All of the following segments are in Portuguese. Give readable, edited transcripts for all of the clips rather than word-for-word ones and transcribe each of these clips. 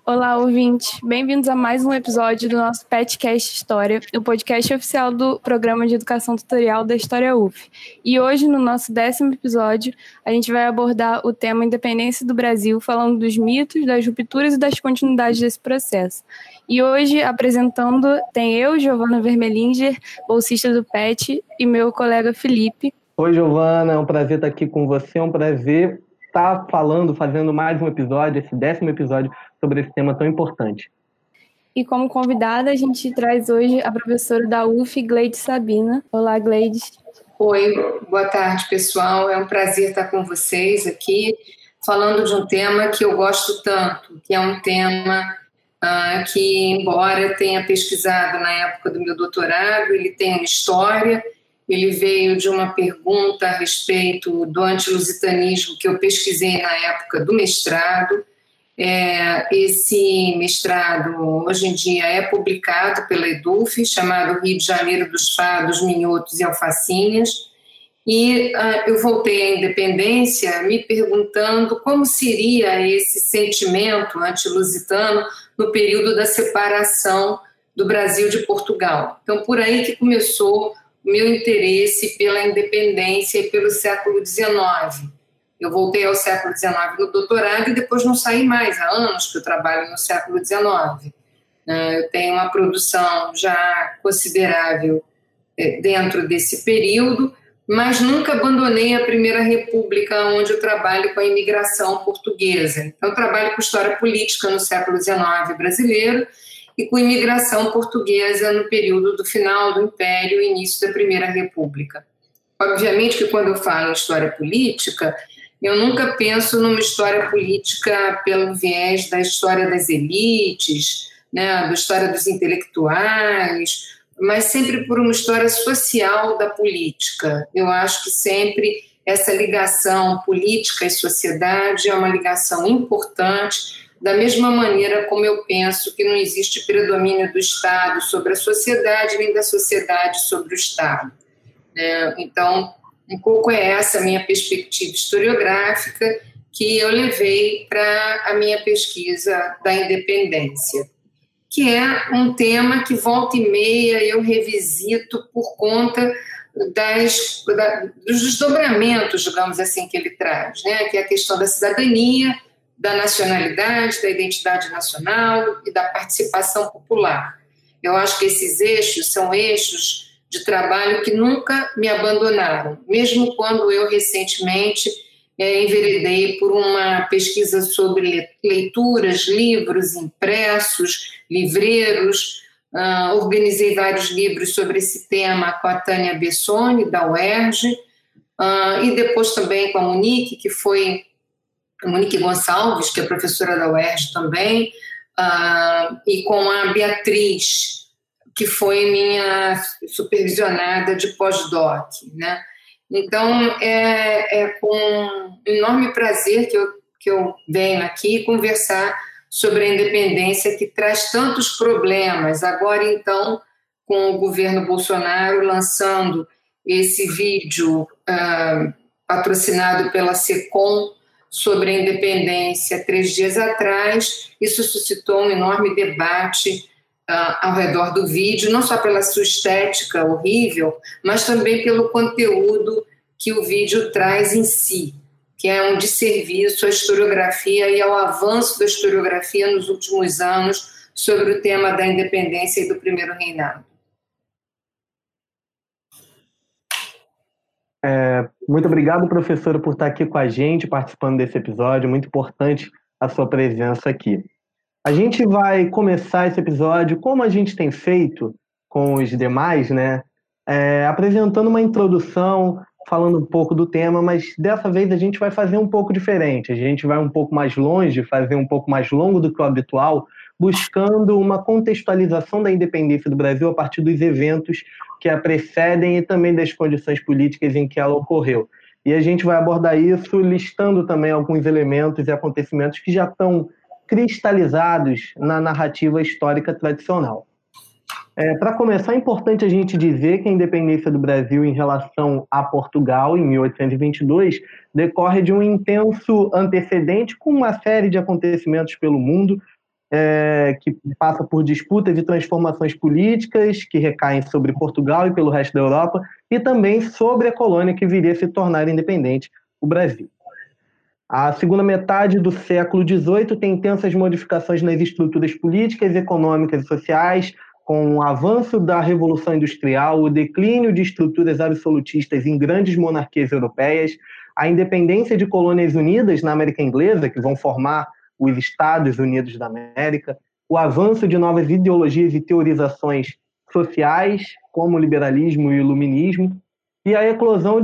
Olá, ouvintes! Bem-vindos a mais um episódio do nosso PetCast História, o podcast oficial do Programa de Educação Tutorial da História UF. E hoje, no nosso 10º episódio, a gente vai abordar o tema Independência do Brasil, falando dos mitos, das rupturas e das continuidades desse processo. E hoje, apresentando, tem eu, Giovana Vermelinger, bolsista do PET, e meu colega Felipe. Oi, Giovana, é um prazer estar aqui com você, é um prazer estar fazendo mais um episódio, esse 10º episódio, sobre esse tema tão importante. E como convidada, a gente traz hoje a professora da UF, Gleide Sabina. Olá, Gleide. Oi, boa tarde, pessoal. É um prazer estar com vocês aqui, falando de um tema que eu gosto tanto, que é um tema que, embora tenha pesquisado na época do meu doutorado, ele tem uma história. Ele veio de uma pergunta a respeito do antilusitanismo que eu pesquisei na época do mestrado. Esse mestrado, hoje em dia, é publicado pela EDUF, chamado Rio de Janeiro dos Fados, Minhotos e Alfacinhas. E eu voltei à independência me perguntando como seria esse sentimento antilusitano no período da separação do Brasil de Portugal. Então, por aí que começou meu interesse pela independência e pelo século XIX. Eu voltei ao século XIX no doutorado e depois não saí mais, há anos que eu trabalho no século XIX. Eu tenho uma produção já considerável dentro desse período, mas nunca abandonei a Primeira República, onde eu trabalho com a imigração portuguesa. Então, eu trabalho com história política no século XIX brasileiro, e com imigração portuguesa no período do final do Império e início da Primeira República. Obviamente que quando eu falo em história política, eu nunca penso numa história política pelo viés da história das elites, da história dos intelectuais, mas sempre por uma história social da política. Eu acho que sempre essa ligação política e sociedade é uma ligação importante, da mesma maneira como eu penso que não existe predomínio do Estado sobre a sociedade, nem da sociedade sobre o Estado. Então, um pouco é essa a minha perspectiva historiográfica que eu levei para a minha pesquisa da independência, que é um tema que volta e meia eu revisito por conta dos desdobramentos, digamos assim, que ele traz, que é a questão da cidadania, da nacionalidade, da identidade nacional e da participação popular. Eu acho que esses eixos são eixos de trabalho que nunca me abandonaram, mesmo quando eu recentemente enveredei por uma pesquisa sobre leituras, livros impressos, livreiros, organizei vários livros sobre esse tema com a Tânia Bessoni, da UERJ, e depois também com a Monique, que foi Monique Gonçalves, que é professora da UERJ também, e com a Beatriz, que foi minha supervisionada de pós-doc, Então, é com enorme prazer que eu venho aqui conversar sobre a independência que traz tantos problemas. Agora, então, com o governo Bolsonaro lançando esse vídeo patrocinado pela SECOM, sobre a independência 3 dias atrás, isso suscitou um enorme debate ao redor do vídeo, não só pela sua estética horrível, mas também pelo conteúdo que o vídeo traz em si, que é um desserviço à historiografia e ao avanço da historiografia nos últimos anos sobre o tema da independência e do primeiro reinado. Muito obrigado, professora, por estar aqui com a gente, participando desse episódio. Muito importante a sua presença aqui. A gente vai começar esse episódio, como a gente tem feito com os demais, apresentando uma introdução, falando um pouco do tema, mas dessa vez a gente vai fazer um pouco diferente. A gente vai um pouco mais longe, fazer um pouco mais longo do que o habitual, buscando uma contextualização da independência do Brasil a partir dos eventos que a precedem e também das condições políticas em que ela ocorreu. E a gente vai abordar isso listando também alguns elementos e acontecimentos que já estão cristalizados na narrativa histórica tradicional. Para começar, é importante a gente dizer que a independência do Brasil em relação a Portugal, em 1822, decorre de um intenso antecedente com uma série de acontecimentos pelo mundo, que passa por disputas e transformações políticas que recaem sobre Portugal e pelo resto da Europa, e também sobre a colônia que viria a se tornar independente, o Brasil. A segunda metade do século XVIII tem intensas modificações nas estruturas políticas, econômicas e sociais, com o avanço da Revolução Industrial, o declínio de estruturas absolutistas em grandes monarquias europeias, a independência de colônias unidas na América Inglesa, que vão formar os Estados Unidos da América, o avanço de novas ideologias e teorizações sociais, como o liberalismo e o iluminismo, e a eclosão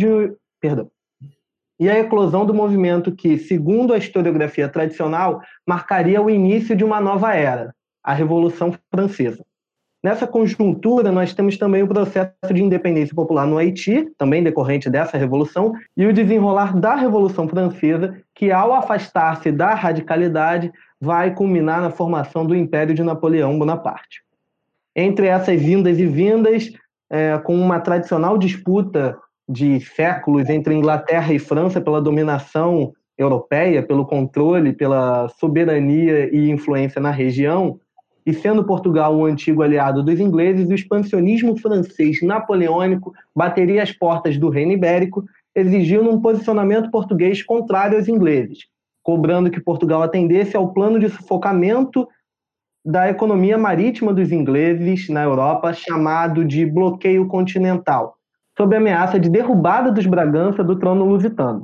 do movimento que, segundo a historiografia tradicional, marcaria o início de uma nova era, a Revolução Francesa. Nessa conjuntura, nós temos também o processo de independência popular no Haiti, também decorrente dessa revolução, e o desenrolar da Revolução Francesa, que, ao afastar-se da radicalidade, vai culminar na formação do Império de Napoleão Bonaparte. Entre essas vindas e vindas, com uma tradicional disputa de séculos entre Inglaterra e França pela dominação europeia, pelo controle, pela soberania e influência na região, e sendo Portugal um antigo aliado dos ingleses, o expansionismo francês napoleônico bateria as portas do Reino Ibérico, exigindo um posicionamento português contrário aos ingleses, cobrando que Portugal atendesse ao plano de sufocamento da economia marítima dos ingleses na Europa, chamado de bloqueio continental, sob a ameaça de derrubada dos Bragança do trono lusitano.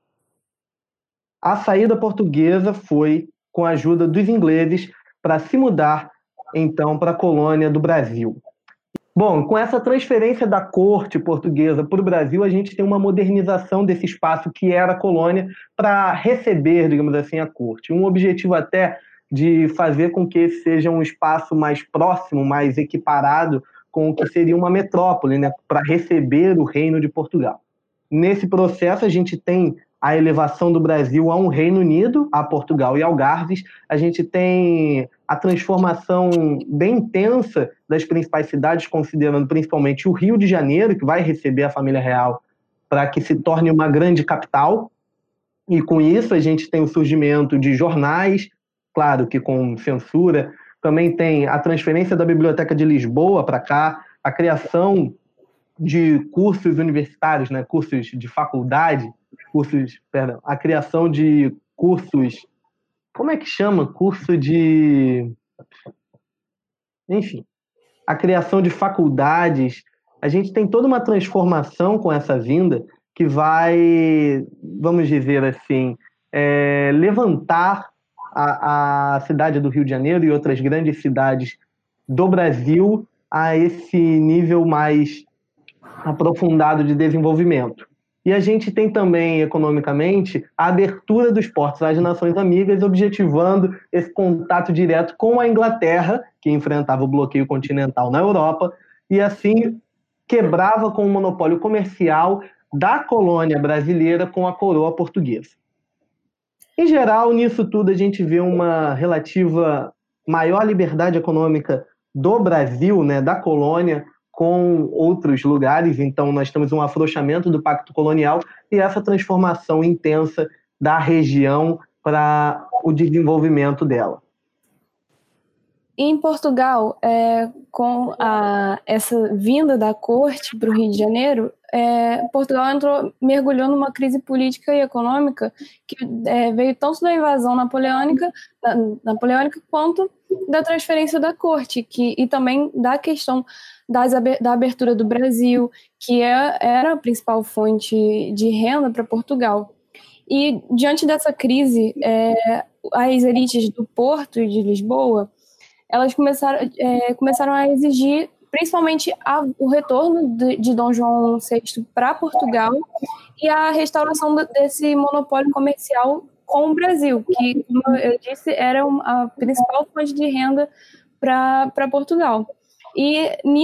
A saída portuguesa foi com a ajuda dos ingleses para se mudar, então, para a colônia do Brasil. Bom, com essa transferência da corte portuguesa para o Brasil, a gente tem uma modernização desse espaço que era a colônia para receber, digamos assim, a corte. Um objetivo até de fazer com que esse seja um espaço mais próximo, mais equiparado com o que seria uma metrópole, né, para receber o Reino de Portugal. Nesse processo, a gente tem a elevação do Brasil a um Reino Unido, a Portugal e Algarves. A gente tem a transformação bem intensa das principais cidades, considerando principalmente o Rio de Janeiro, que vai receber a família real para que se torne uma grande capital. E com isso a gente tem o surgimento de jornais, claro que com censura. Também tem a transferência da Biblioteca de Lisboa para cá, a criação de cursos universitários, né, cursos de faculdade, a criação de cursos, como é que chama? Curso de... Enfim, a criação de faculdades. A gente tem toda uma transformação com essa vinda que vai, vamos dizer assim, levantar a cidade do Rio de Janeiro e outras grandes cidades do Brasil a esse nível mais aprofundado de desenvolvimento. E a gente tem também, economicamente, a abertura dos portos às nações amigas, objetivando esse contato direto com a Inglaterra, que enfrentava o bloqueio continental na Europa, e assim quebrava com o monopólio comercial da colônia brasileira com a coroa portuguesa. Em geral, nisso tudo, a gente vê uma relativa maior liberdade econômica do Brasil, né, da colônia, com outros lugares. Então, nós temos um afrouxamento do pacto colonial e essa transformação intensa da região para o desenvolvimento dela. Em Portugal, com essa vinda da corte para o Rio de Janeiro, Portugal mergulhou numa crise política e econômica que veio tanto da invasão napoleônica quanto da transferência da corte, e também da questão da abertura do Brasil, que era a principal fonte de renda para Portugal. E, diante dessa crise, as elites do Porto e de Lisboa, elas começaram a exigir, principalmente, o retorno de Dom João VI para Portugal e a restauração desse monopólio comercial com o Brasil, que, como eu disse, era a principal fonte de renda para Portugal. E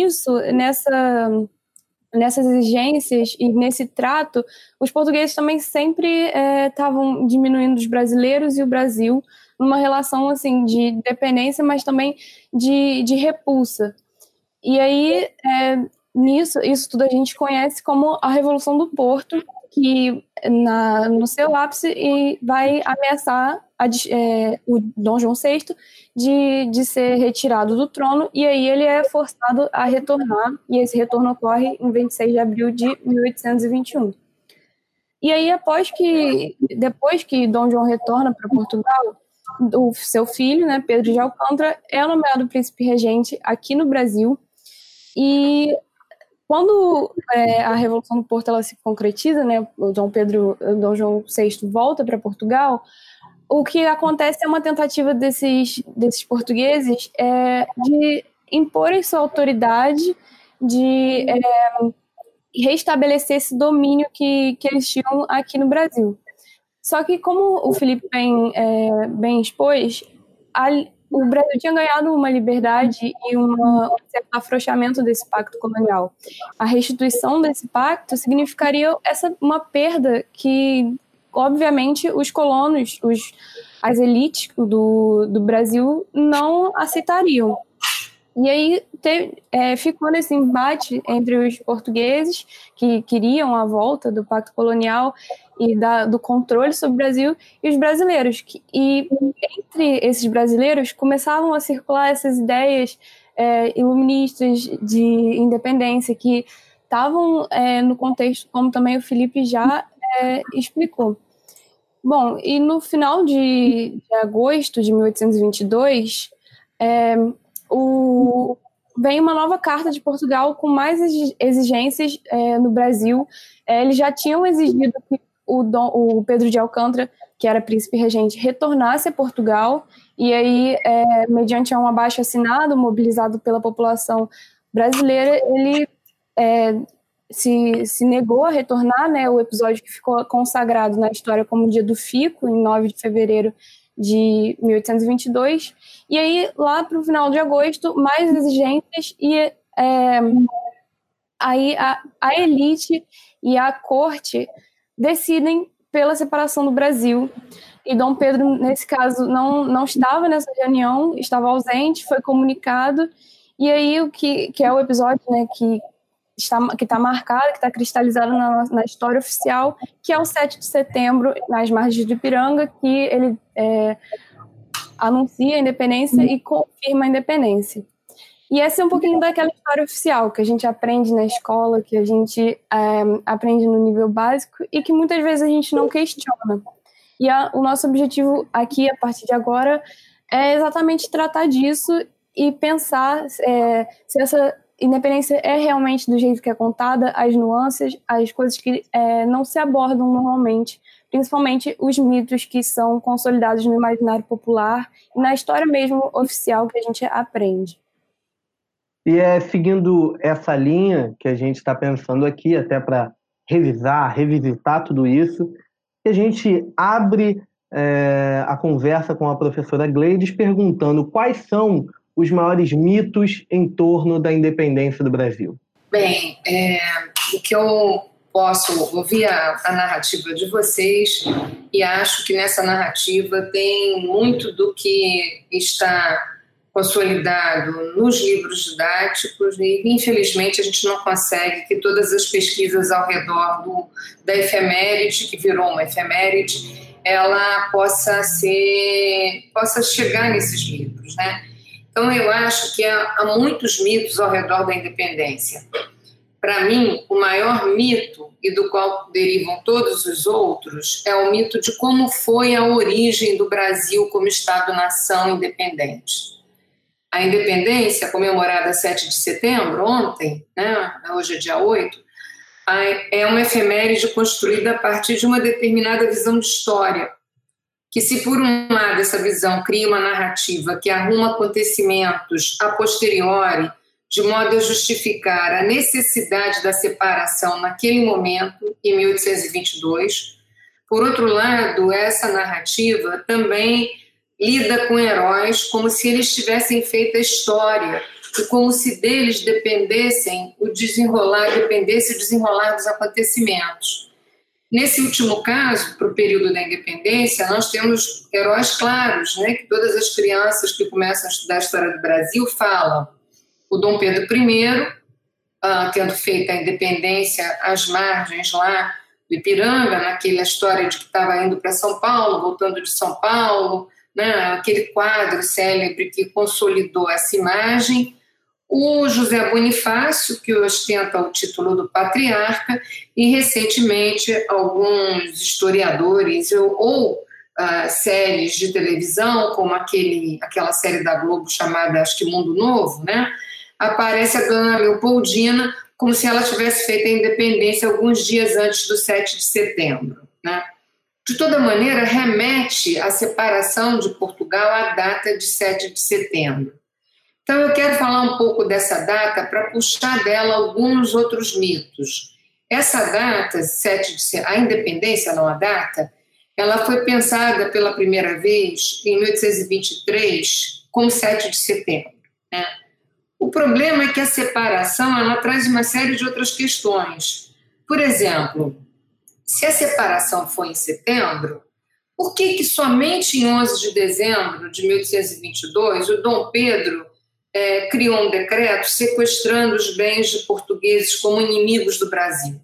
nessas exigências e nesse trato, os portugueses também sempre estavam diminuindo os brasileiros e o Brasil numa relação assim, de dependência, mas também de repulsa. E aí, isso tudo a gente conhece como a Revolução do Porto, que no seu ápice vai ameaçar o Dom João VI de ser retirado do trono, e aí ele é forçado a retornar, e esse retorno ocorre em 26 de abril de 1821. E aí, depois que Dom João retorna para Portugal, o seu filho, né, Pedro de Alcântara, é nomeado príncipe regente aqui no Brasil. E quando a Revolução do Porto ela se concretiza, né, o Dom João VI volta para Portugal, o que acontece é uma tentativa desses portugueses de imporem sua autoridade, de restabelecer esse domínio que eles tinham aqui no Brasil. Só que, como o Felipe bem expôs, o Brasil tinha ganhado uma liberdade e um certo afrouxamento desse pacto colonial. A restituição desse pacto significaria uma perda que, obviamente, os colonos, as elites do Brasil não aceitariam. E aí ficou nesse embate entre os portugueses, que queriam a volta do pacto colonial e do controle sobre o Brasil, e os brasileiros. E entre esses brasileiros começavam a circular essas ideias iluministas de independência que estavam no contexto, como também o Felipe já explicou. Bom, e no final de agosto de 1822, vem uma nova carta de Portugal com mais exigências no Brasil. Eles já tinham exigido que o Pedro de Alcântara, que era príncipe regente, retornasse a Portugal, e aí, mediante um abaixo-assinado mobilizado pela população brasileira, ele se negou a retornar, né, o episódio que ficou consagrado na história como o Dia do Fico, em 9 de fevereiro de 1822, e aí lá para o final de agosto, mais exigências, e aí a elite e a corte decidem pela separação do Brasil, e Dom Pedro, nesse caso, não estava nessa reunião, estava ausente, foi comunicado, e aí o que é o episódio, né, que está marcado, que está cristalizado na história oficial, que é o 7 de setembro, nas margens do Ipiranga, que ele anuncia a independência e confirma a independência. E essa é um pouquinho daquela história oficial que a gente aprende na escola, que a gente aprende no nível básico e que muitas vezes a gente não questiona. E o nosso objetivo aqui, a partir de agora, é exatamente tratar disso e pensar se essa independência é realmente do jeito que é contada, as nuances, as coisas que não se abordam normalmente, principalmente os mitos que são consolidados no imaginário popular e na história mesmo oficial que a gente aprende. E seguindo essa linha que a gente está pensando aqui, até para revisitar tudo isso, que a gente abre a conversa com a professora Gleides perguntando quais são os maiores mitos em torno da independência do Brasil. Bem, o que eu posso ouvir a narrativa de vocês, e acho que nessa narrativa tem muito do que está consolidado nos livros didáticos, e infelizmente a gente não consegue que todas as pesquisas ao redor da efeméride, que virou uma efeméride, ela possa chegar nesses livros, né? Então eu acho que há muitos mitos ao redor da independência. Para mim, o maior mito, e do qual derivam todos os outros, é o mito de como foi a origem do Brasil como Estado-nação independente. A independência, comemorada 7 de setembro, ontem, né, hoje é dia 8, é uma efeméride construída a partir de uma determinada visão de história, que se por um lado essa visão cria uma narrativa que arruma acontecimentos a posteriori, de modo a justificar a necessidade da separação naquele momento, em 1822. Por outro lado, essa narrativa também lida com heróis como se eles tivessem feito a história e como se deles dependesse o desenrolar dos acontecimentos. Nesse último caso, para o período da independência, nós temos heróis claros, né, que todas as crianças que começam a estudar a história do Brasil falam. O Dom Pedro I, tendo feito a independência às margens lá Ipiranga, naquela história de que estava indo para São Paulo, voltando de São Paulo, né, aquele quadro célebre que consolidou essa imagem. O José Bonifácio, que ostenta o título do patriarca, e recentemente alguns historiadores ou séries de televisão, como aquela série da Globo chamada, acho que Mundo Novo, né, aparece a dona Leopoldina como se ela tivesse feito a independência alguns dias antes do 7 de setembro. Né? De toda maneira, remete a separação de Portugal à data de 7 de setembro. Então, eu quero falar um pouco dessa data para puxar dela alguns outros mitos. Essa data, a independência, não a data, ela foi pensada pela primeira vez em 1823 como 7 de setembro. Né? O problema é que a separação ela traz uma série de outras questões. Por exemplo, se a separação foi em setembro, por que somente em 11 de dezembro de 1822 o Dom Pedro criou um decreto sequestrando os bens de portugueses como inimigos do Brasil?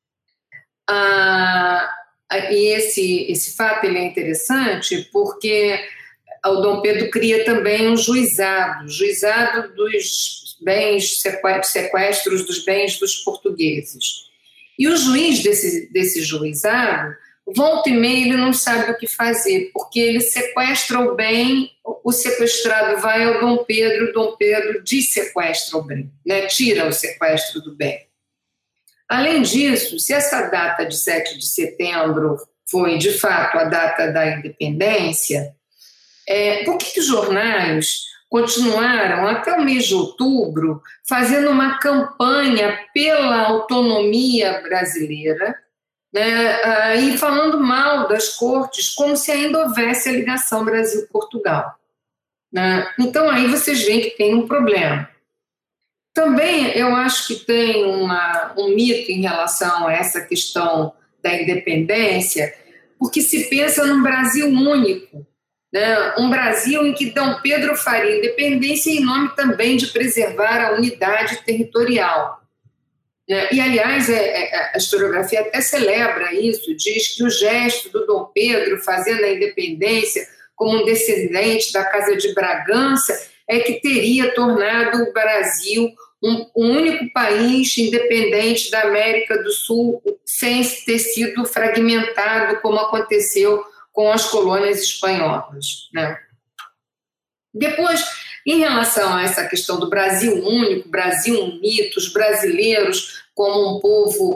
E esse fato ele é interessante porque o Dom Pedro cria também um juizado dos bens, sequestros dos bens dos portugueses. E o juiz desse juizado, volta e meia, ele não sabe o que fazer, porque ele sequestra o bem, o sequestrado vai ao Dom Pedro, o Dom Pedro dessequestra o bem, né? Tira o sequestro do bem. Além disso, se essa data de 7 de setembro foi, de fato, a data da independência, por que os jornais continuaram até o mês de outubro fazendo uma campanha pela autonomia brasileira, né, e falando mal das cortes, como se ainda houvesse a ligação Brasil-Portugal? Né? Então, aí vocês veem que tem um problema. Também eu acho que tem um mito em relação a essa questão da independência, porque se pensa num Brasil único, né? Um Brasil em que Dom Pedro faria independência em nome também de preservar a unidade territorial. Né? E, aliás, a historiografia até celebra isso, diz que o gesto do Dom Pedro fazendo a independência como um descendente da Casa de Bragança é que teria tornado o Brasil um único país independente da América do Sul sem ter sido fragmentado como aconteceu com as colônias espanholas. Né? Depois, em relação a essa questão do Brasil único, Brasil um mito, os brasileiros como um povo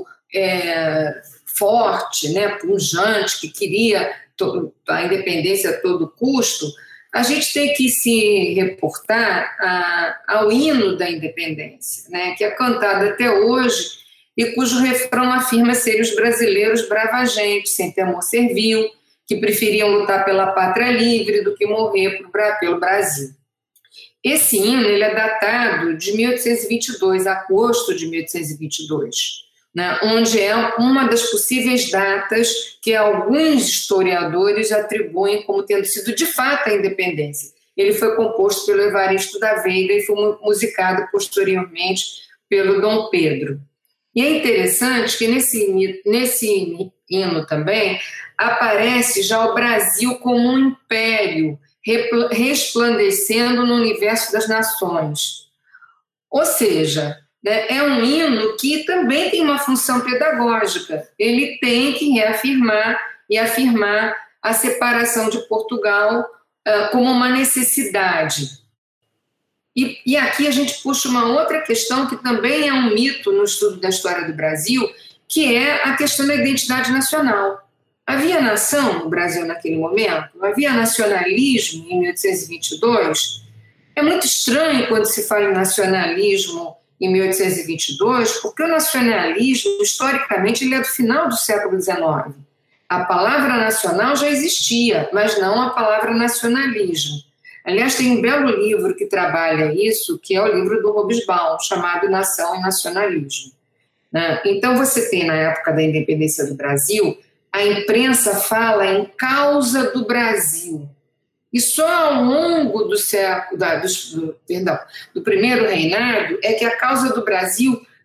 forte, né, pujante, que queria a independência a todo custo, a gente tem que se reportar ao hino da independência, né, que é cantado até hoje e cujo refrão afirma ser os brasileiros brava gente, sem temor servil, que preferiam lutar pela pátria livre do que morrer pelo Brasil. Esse hino ele é datado de 1822, agosto de 1822, né, onde é uma das possíveis datas que alguns historiadores atribuem como tendo sido de fato a independência. Ele foi composto pelo Evaristo da Veiga e foi musicado posteriormente pelo Dom Pedro. E é interessante que nesse hino também aparece já o Brasil como um império resplandecendo no universo das nações. Ou seja, né, é um hino que também tem uma função pedagógica. Ele tem que reafirmar e afirmar a separação de Portugal como uma necessidade. E aqui a gente puxa uma outra questão que também é um mito no estudo da história do Brasil, que é a questão da identidade nacional. Havia nação no Brasil naquele momento? Havia nacionalismo em 1822? É muito estranho quando se fala em nacionalismo em 1822, porque o nacionalismo, historicamente, ele é do final do século XIX. A palavra nacional já existia, mas não a palavra nacionalismo. Aliás, tem um belo livro que trabalha isso, que é o livro do Hobsbawm, chamado Nação e Nacionalismo. Então, você tem, na época da independência do Brasil, a imprensa fala em causa do Brasil. E só ao longo do primeiro reinado é que a causa do Brasil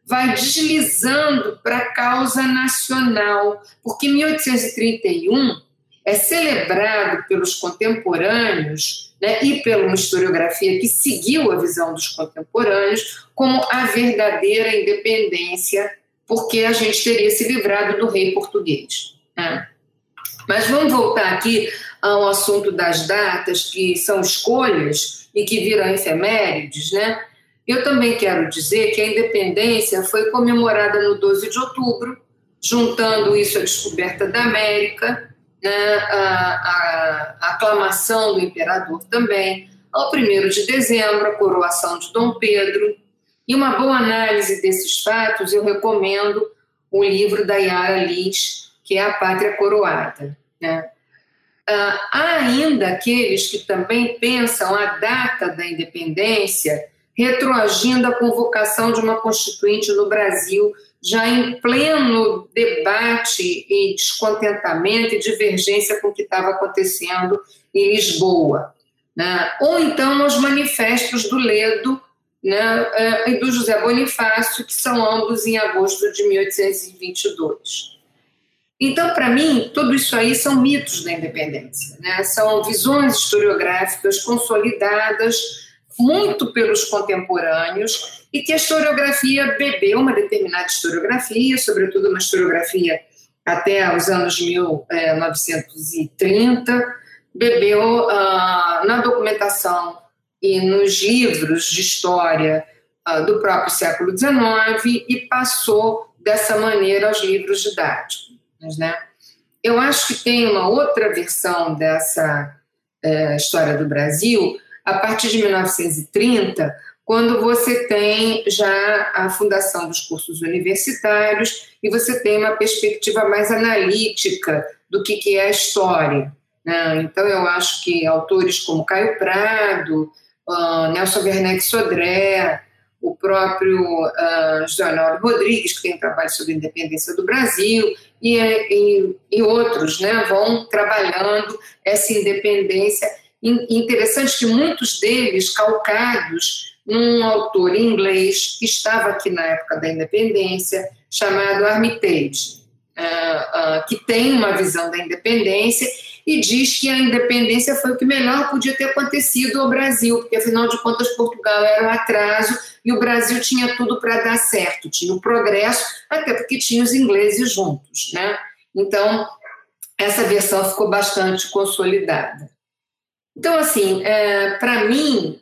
vai deslizando para a causa nacional, porque 1831 é celebrado pelos contemporâneos, né, e pela uma historiografia que seguiu a visão dos contemporâneos como a verdadeira independência, porque a gente teria se livrado do rei português, né? Mas vamos voltar aqui ao assunto das datas, que são escolhas e que viram efemérides, né? Eu também quero dizer que a independência foi comemorada no 12 de outubro, juntando isso à descoberta da América, né, a aclamação do imperador também, ao 1º de dezembro, a coroação de Dom Pedro. E uma boa análise desses fatos, eu recomendo o livro da Yara Lins, que é A Pátria Coroada, né? Há ainda aqueles que também pensam a data da independência retroagindo à convocação de uma constituinte no Brasil, já em pleno debate e descontentamento e divergência com o que estava acontecendo em Lisboa, né? Ou então os manifestos do Ledo, né, e do José Bonifácio, que são ambos em agosto de 1822. Então, para mim, tudo isso aí são mitos da independência, né? São visões historiográficas consolidadas muito pelos contemporâneos e que a historiografia bebeu, uma determinada historiografia, sobretudo uma historiografia até os anos 1930, bebeu na documentação e nos livros de história do próprio século XIX e passou dessa maneira aos livros didáticos, né? Eu acho que tem uma outra versão dessa história do Brasil a partir de 1930, quando você tem já a fundação dos cursos universitários e você tem uma perspectiva mais analítica do que é a história, né? Então, eu acho que autores como Caio Prado, Nelson Werneck Sodré, o próprio José Arnaldo Rodrigues, que tem um trabalho sobre a independência do Brasil, e outros, né, vão trabalhando essa independência. Interessante que muitos deles calcados num autor inglês que estava aqui na época da independência, chamado Armitage, que tem uma visão da independência e diz que a independência foi o que melhor podia ter acontecido ao Brasil, porque, afinal de contas, Portugal era um atraso e o Brasil tinha tudo para dar certo, tinha o progresso, até porque tinha os ingleses juntos, né? Então, essa versão ficou bastante consolidada. Então, assim, para mim,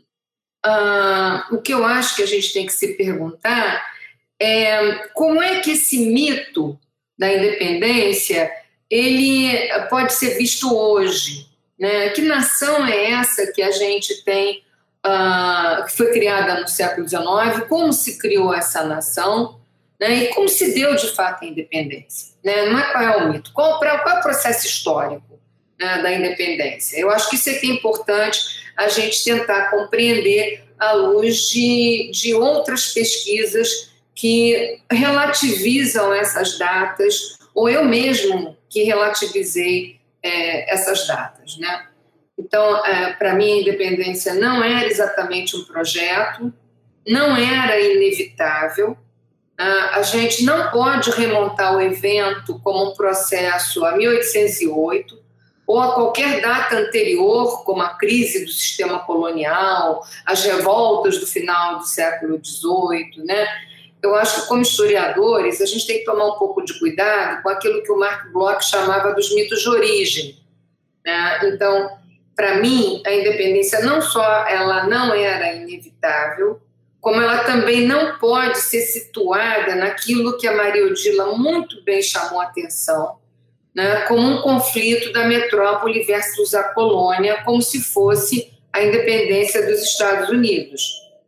o que eu acho que a gente tem que se perguntar é como é que esse mito da independência ele pode ser visto hoje, né? Que nação é essa que a gente tem, que foi criada no século XIX, como se criou essa nação, né? E como se deu de fato a independência, né? Não é qual é o mito, qual é o processo histórico, né, da independência. Eu acho que isso é que é importante a gente tentar compreender à luz de outras pesquisas que relativizam essas datas, ou eu mesmo que relativizei essas datas, né? Então, para mim, a independência não era exatamente um projeto, não era inevitável. A gente não pode remontar o evento como um processo a 1808 ou a qualquer data anterior, como a crise do sistema colonial, as revoltas do final do século XVIII, né? Eu acho que, como historiadores, a gente tem que tomar um pouco de cuidado com aquilo que o Marc Bloch chamava dos mitos de origem, né? Então, para mim, a independência não só ela não era inevitável, como ela também não pode ser situada naquilo que a Maria Odila muito bem chamou a atenção, né, como um conflito da metrópole versus a colônia, como se fosse a independência dos Estados Unidos.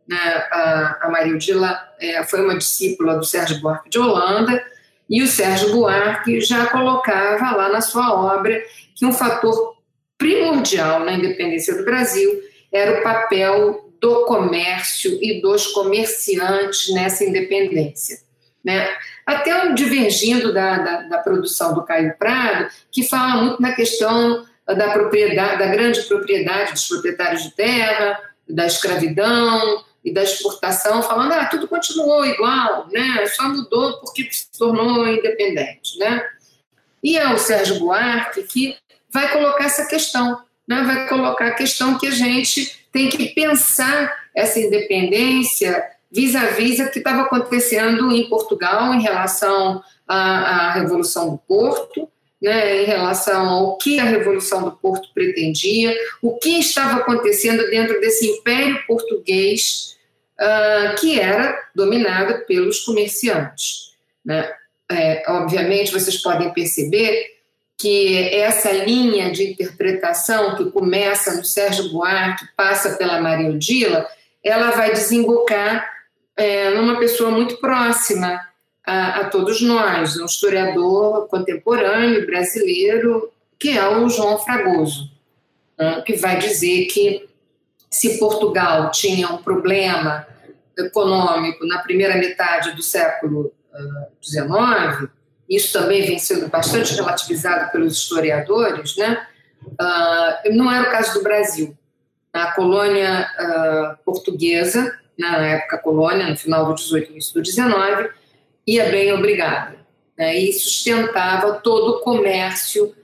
A Maria Odila foi uma discípula do Sérgio Buarque de Holanda, e o Sérgio Buarque já colocava lá na sua obra que um fator primordial na independência do Brasil era o papel do comércio e dos comerciantes nessa independência, né? Até divergindo da produção do Caio Prado, que fala muito na questão da propriedade, da grande propriedade dos proprietários de terra, da escravidão, e da exportação, falando tudo continuou igual, né? Só mudou porque se tornou independente, né? E é o Sérgio Buarque que vai colocar essa questão, né? Vai colocar a questão que a gente tem que pensar essa independência vis-à-vis o que estava acontecendo em Portugal em relação à Revolução do Porto, né, em relação ao que a Revolução do Porto pretendia, o que estava acontecendo dentro desse império português que era dominado pelos comerciantes, né? Obviamente, vocês podem perceber que essa linha de interpretação que começa no Sérgio Buarque, passa pela Maria Odila, ela vai desembocar numa pessoa muito próxima a todos nós, um historiador contemporâneo brasileiro, que é o João Fragoso, que vai dizer que se Portugal tinha um problema econômico na primeira metade do século XIX, isso também vem sendo bastante relativizado pelos historiadores, né? Não era o caso do Brasil. A colônia portuguesa, na época colônia, no final do 18 início do 19, ia bem obrigada, né? E sustentava todo o comércio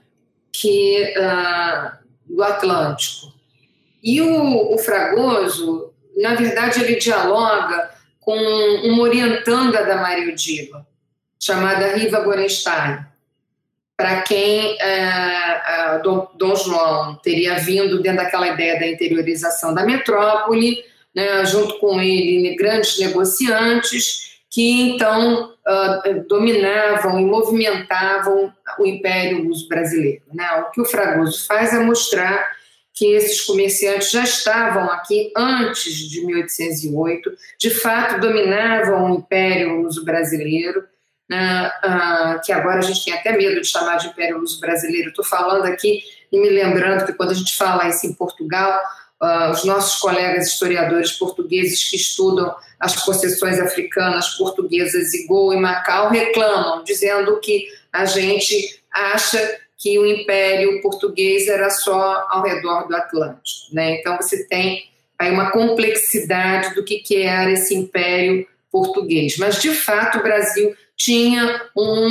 do Atlântico. E o Fragoso, na verdade, ele dialoga com uma orientanda da Maria Odila, chamada Riva Gorenstein, para quem Dom João teria vindo dentro daquela ideia da interiorização da metrópole, né, junto com ele grandes negociantes que então dominavam e movimentavam o Império Luso-Brasileiro, né? O que o Fragoso faz é mostrar que esses comerciantes já estavam aqui antes de 1808, de fato dominavam o Império Luso-Brasileiro, que agora a gente tem até medo de chamar de Império Luso-Brasileiro. Estou falando aqui e me lembrando que quando a gente fala isso em Portugal, os nossos colegas historiadores portugueses que estudam as possessões africanas portuguesas em Goa e Macau reclamam, dizendo que a gente acha que o Império Português era só ao redor do Atlântico, né? Então você tem aí uma complexidade do que era esse Império Português. Mas, de fato, o Brasil tinha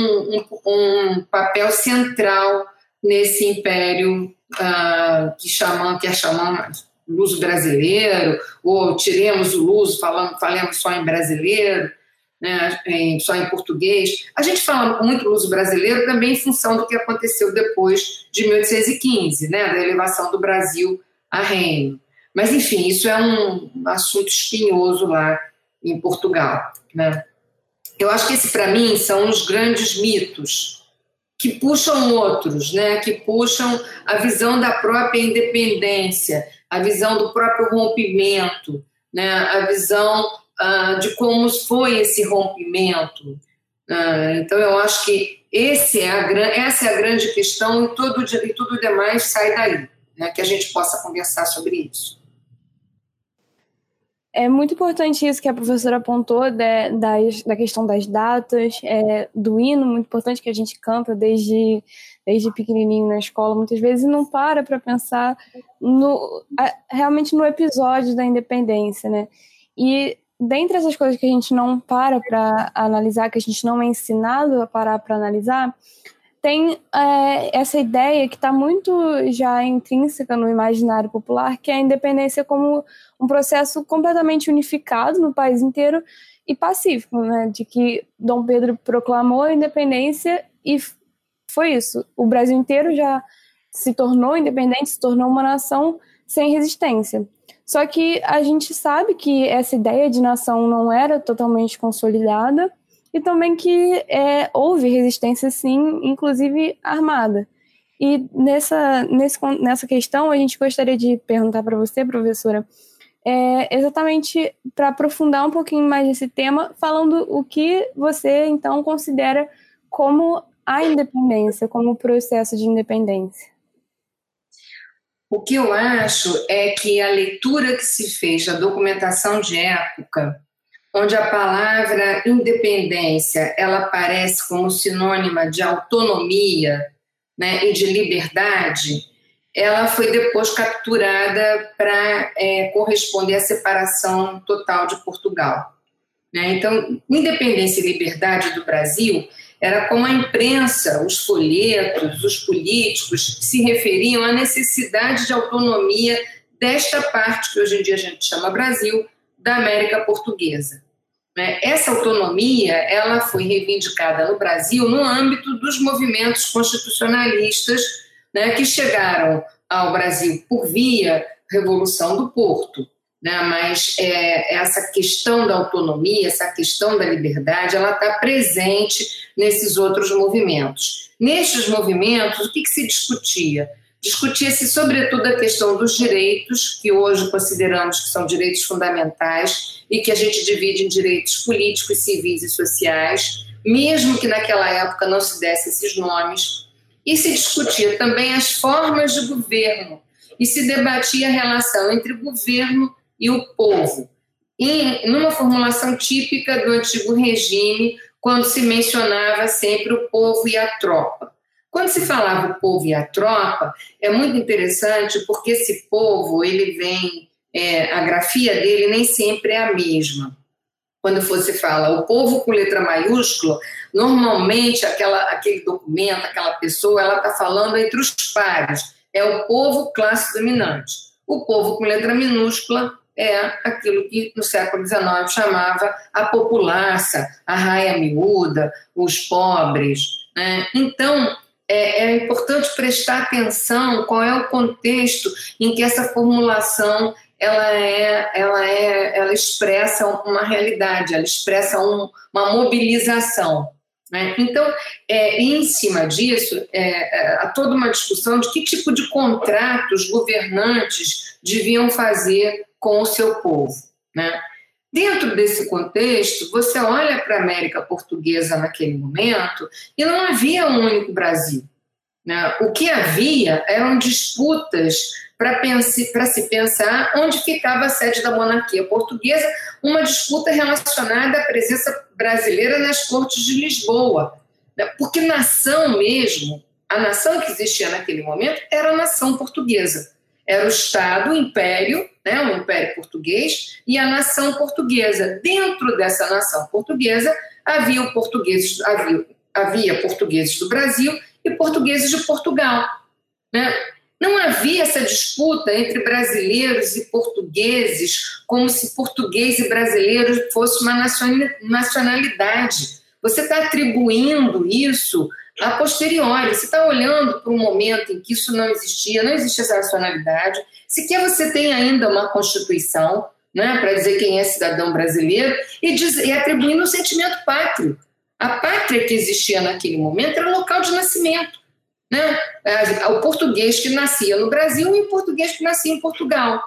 um papel central nesse império que é chamado luso-brasileiro, ou tiremos o luso, falemos só em brasileiro, né, só em português. A gente fala muito luso-brasileiro também em função do que aconteceu depois de 1815, né, da elevação do Brasil a reino. Mas, enfim, isso é um assunto espinhoso lá em Portugal, né? Eu acho que esse, para mim, são os grandes mitos que puxam outros, né? Que puxam a visão da própria independência, a visão do próprio rompimento, né? A visão de como foi esse rompimento. Então, eu acho que essa é a grande questão e tudo demais sai daí, né? Que a gente possa conversar sobre isso. É muito importante isso que a professora apontou da questão das datas, do hino, muito importante que a gente canta desde pequenininho na escola, muitas vezes não para pensar realmente no episódio da independência, né? E dentre essas coisas que a gente não para analisar, que a gente não é ensinado a parar para analisar, tem essa ideia que está muito já intrínseca no imaginário popular, que é a independência como um processo completamente unificado no país inteiro e pacífico, né? De que Dom Pedro proclamou a independência e foi isso. O Brasil inteiro já se tornou independente, se tornou uma nação sem resistência. Só que a gente sabe que essa ideia de nação não era totalmente consolidada e também que houve resistência, sim, inclusive armada. E nessa questão, a gente gostaria de perguntar para você, professora, exatamente para aprofundar um pouquinho mais esse tema, falando o que você, então, considera como a independência, como o processo de independência. O que eu acho é que a leitura que se fez da documentação de época, onde a palavra independência ela aparece como sinônima de autonomia, né, e de liberdade, ela foi depois capturada para corresponder à separação total de Portugal. Né? Então, independência e liberdade do Brasil era como a imprensa, os folhetos, os políticos se referiam à necessidade de autonomia desta parte que hoje em dia a gente chama Brasil, da América Portuguesa. Né? Essa autonomia ela foi reivindicada no Brasil no âmbito dos movimentos constitucionalistas, né, que chegaram ao Brasil por via Revolução do Porto. Né? Mas essa questão da autonomia, essa questão da liberdade, ela está presente nesses outros movimentos. Nestes movimentos, o que se discutia? Discutia-se, sobretudo, a questão dos direitos, que hoje consideramos que são direitos fundamentais e que a gente divide em direitos políticos, civis e sociais, mesmo que naquela época não se desse esses nomes. E se discutia também as formas de governo e se debatia a relação entre o governo e o povo, numa formulação típica do antigo regime, quando se mencionava sempre o povo e a tropa. Quando se falava o povo e a tropa, é muito interessante porque esse povo, ele vem, a grafia dele nem sempre é a mesma. Quando você fala o povo com letra maiúscula, normalmente aquele documento, aquela pessoa, ela está falando entre os pares. É o povo classe dominante. O povo com letra minúscula é aquilo que no século XIX chamava a populaça, a raia miúda, os pobres. Né? Então, é importante prestar atenção qual é o contexto em que essa formulação ela expressa uma realidade, ela expressa uma mobilização. Né? Então, em cima disso, há toda uma discussão de que tipo de contratos governantes deviam fazer com o seu povo. Né? Dentro desse contexto, você olha para a América Portuguesa naquele momento e não havia um único Brasil. Né? O que havia eram disputas para se pensar onde ficava a sede da monarquia portuguesa, uma disputa relacionada à presença brasileira nas cortes de Lisboa. Né? Porque nação mesmo, a nação que existia naquele momento era a nação portuguesa. Era o Estado, o Império, né, o Império Português e a nação portuguesa. Dentro dessa nação portuguesa havia portugueses do Brasil e portugueses de Portugal. Né? Não havia essa disputa entre brasileiros e portugueses como se português e brasileiro fosse uma nacionalidade. Você está atribuindo isso a posteriori, você está olhando para um momento em que isso não existia essa nacionalidade, sequer você tem ainda uma Constituição, né, para dizer quem é cidadão brasileiro, e atribuindo um sentimento pátrio. A pátria que existia naquele momento era o local de nascimento. Né? O português que nascia no Brasil e o português que nascia em Portugal.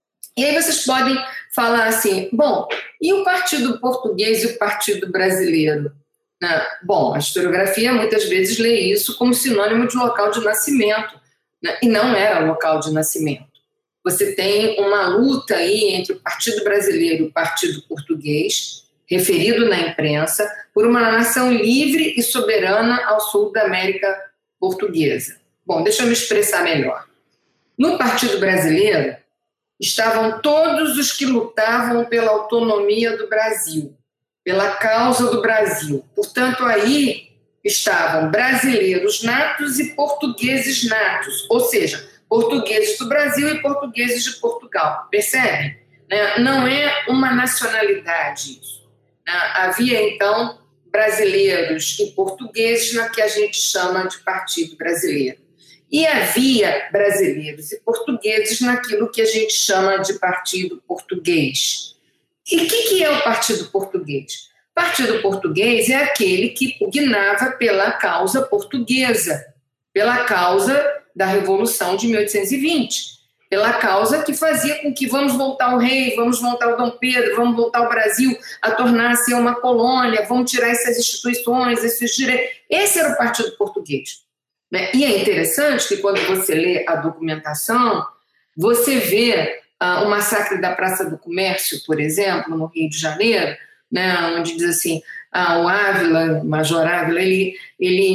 E aí vocês podem falar assim, bom, e o Partido Português e o Partido Brasileiro? Né? Bom, a historiografia muitas vezes lê isso como sinônimo de local de nascimento, né? E não era local de nascimento. Você tem uma luta aí entre o Partido Brasileiro e o Partido Português, referido na imprensa, por uma nação livre e soberana ao sul da América Portuguesa. Bom, deixa eu me expressar melhor. No Partido Brasileiro estavam todos os que lutavam pela autonomia do Brasil, pela causa do Brasil. Portanto, aí estavam brasileiros natos e portugueses natos, ou seja, portugueses do Brasil e portugueses de Portugal. Percebe? Não é uma nacionalidade isso. Havia, então, brasileiros e portugueses na que a gente chama de Partido Brasileiro. E havia brasileiros e portugueses naquilo que a gente chama de Partido Português. E o que é o Partido Português? O Partido Português é aquele que pugnava pela causa portuguesa, pela causa da Revolução de 1820, pela causa que fazia com que vamos voltar o rei, vamos voltar o Dom Pedro, vamos voltar o Brasil a tornar-se uma colônia, vamos tirar essas instituições, esses direitos. Esse era o Partido Português. Né? E é interessante que quando você lê a documentação, você vê o massacre da Praça do Comércio, por exemplo, no Rio de Janeiro, né, onde diz assim, o Ávila, o Major Ávila, ele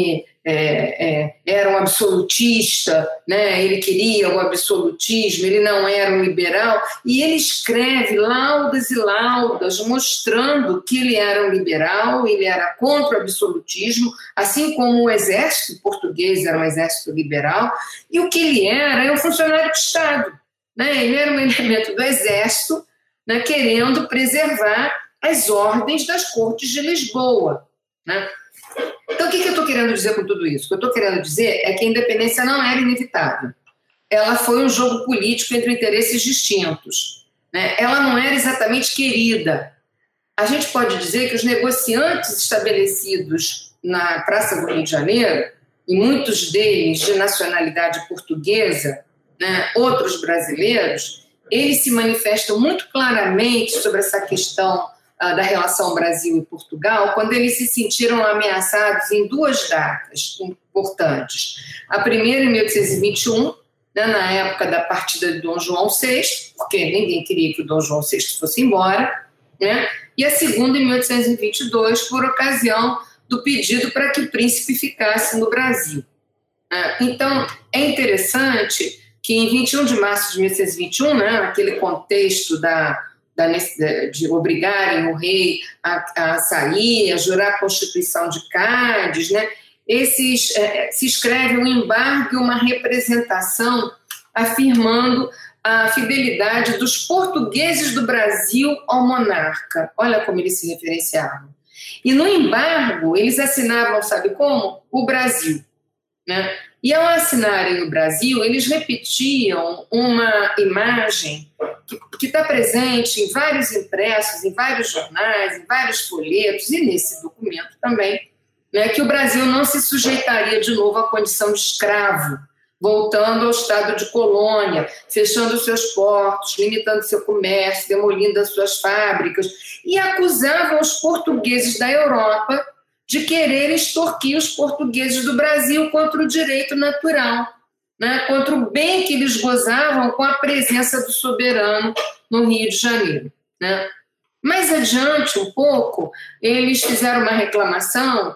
era um absolutista, né? Ele queria o absolutismo, ele não era um liberal, e ele escreve laudas e laudas mostrando que ele era um liberal, ele era contra o absolutismo, assim como o exército português era um exército liberal, e o que ele era um funcionário do Estado, né? Ele era um elemento do exército, né, querendo preservar as ordens das Cortes de Lisboa, né? Então, o que eu estou querendo dizer com tudo isso? O que eu estou querendo dizer é que a independência não era inevitável. Ela foi um jogo político entre interesses distintos, né? Ela não era exatamente querida. A gente pode dizer que os negociantes estabelecidos na Praça do Rio de Janeiro, e muitos deles de nacionalidade portuguesa, né, outros brasileiros, eles se manifestam muito claramente sobre essa questão da relação Brasil e Portugal, quando eles se sentiram ameaçados em duas datas importantes. A primeira, em 1821, né, na época da partida de Dom João VI, porque ninguém queria que o Dom João VI fosse embora, né? E a segunda, em 1822, por ocasião do pedido para que o príncipe ficasse no Brasil. Então, é interessante que em 21 de março de 1821, né, naquele contexto de obrigarem o rei a sair, a jurar a Constituição de Cádiz, né, se escreve um embargo e uma representação afirmando a fidelidade dos portugueses do Brasil ao monarca. Olha como eles se referenciavam. E no embargo, eles assinavam, sabe como? O Brasil, né? E ao assinarem o Brasil, eles repetiam uma imagem que está presente em vários impressos, em vários jornais, em vários folhetos, e nesse documento também, né, que o Brasil não se sujeitaria de novo à condição de escravo, voltando ao estado de colônia, fechando seus portos, limitando seu comércio, demolindo as suas fábricas, e acusavam os portugueses da Europa de querer extorquir os portugueses do Brasil contra o direito natural, né, contra o bem que eles gozavam com a presença do soberano no Rio de Janeiro, né. Mais adiante, um pouco, eles fizeram uma reclamação,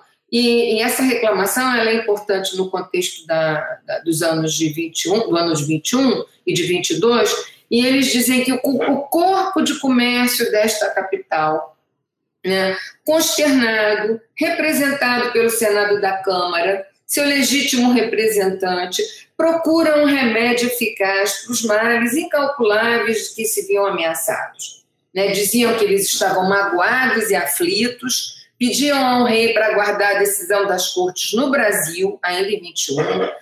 e essa reclamação ela é importante no contexto dos anos de 21, do anos 21 e de 22, e eles dizem que o corpo de comércio desta capital, né, consternado, representado pelo Senado da Câmara, seu legítimo representante, procura um remédio eficaz para os males incalculáveis de que se viam ameaçados. Né, diziam que eles estavam magoados e aflitos, pediam ao rei para aguardar a decisão das cortes no Brasil, ainda em 21,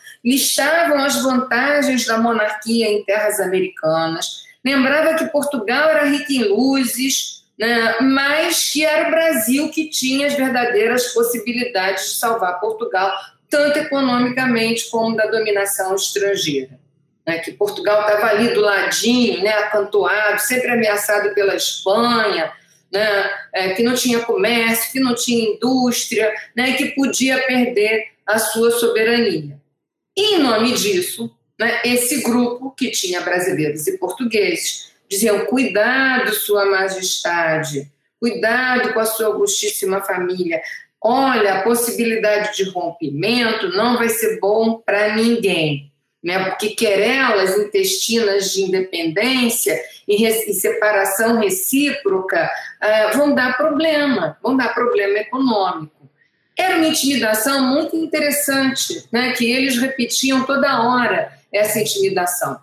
listavam as vantagens da monarquia em terras americanas, lembrava que Portugal era rica em luzes, né, mas que era o Brasil que tinha as verdadeiras possibilidades de salvar Portugal, tanto economicamente como da dominação estrangeira. Né, que Portugal estava ali do ladinho, né, acantoado, sempre ameaçado pela Espanha, né, que não tinha comércio, que não tinha indústria, né, que podia perder a sua soberania. E, em nome disso, né, esse grupo, que tinha brasileiros e portugueses, diziam: cuidado, sua majestade, cuidado com a sua augustíssima família. Olha, a possibilidade de rompimento não vai ser bom para ninguém, né? Porque querelas intestinas de independência e separação recíproca vão dar problema econômico. Era uma intimidação muito interessante, né? Que eles repetiam toda hora essa intimidação.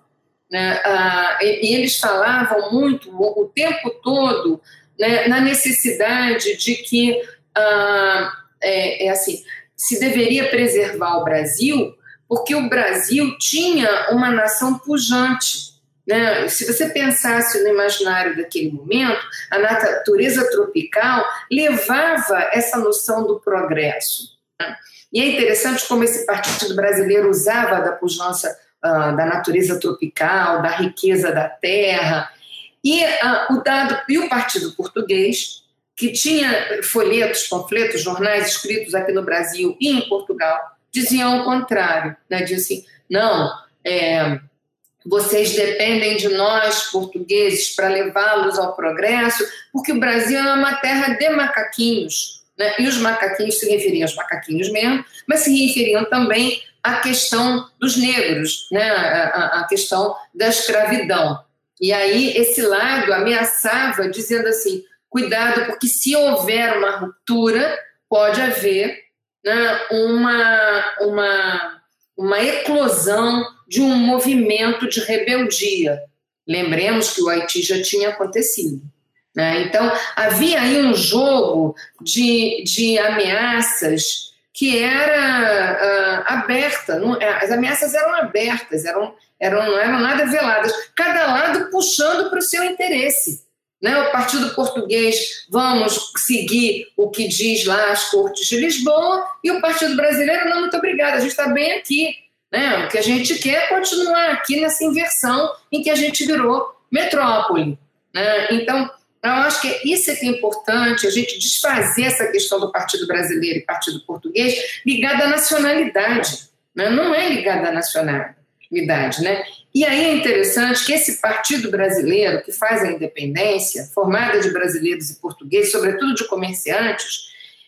E eles falavam muito, o tempo todo, né, na necessidade de que se deveria preservar o Brasil, porque o Brasil tinha uma nação pujante. Né? Se você pensasse no imaginário daquele momento, a natureza tropical levava essa noção do progresso. Né? E é interessante como esse Partido Brasileiro usava da pujança da natureza tropical, da riqueza da terra, e o Partido Português, que tinha folhetos, panfletos, jornais escritos aqui no Brasil e em Portugal, diziam o contrário, né? Diziam assim: não, vocês dependem de nós, portugueses, para levá-los ao progresso, porque o Brasil é uma terra de macaquinhos, né? E os macaquinhos se referiam aos macaquinhos mesmo, mas se referiam também à questão dos negros, né? A questão da escravidão. E aí esse lado ameaçava, dizendo assim, cuidado, porque se houver uma ruptura, pode haver, né, uma eclosão de um movimento de rebeldia. Lembremos que o Haiti já tinha acontecido, né? Então, havia aí um jogo de ameaças que era aberta. As ameaças eram abertas, não eram nada veladas. Cada lado puxando para o seu interesse, né? O Partido Português, vamos seguir o que diz lá as Cortes de Lisboa, e o Partido Brasileiro, não, muito obrigada, a gente está bem aqui, né? O que a gente quer é continuar aqui nessa inversão em que a gente virou metrópole, né? Então, eu acho que isso é que é importante, a gente desfazer essa questão do Partido Brasileiro e Partido Português ligada à nacionalidade, né? Não é ligada à nacionalidade, né? E aí é interessante que esse Partido Brasileiro, que faz a independência, formada de brasileiros e portugueses, sobretudo de comerciantes,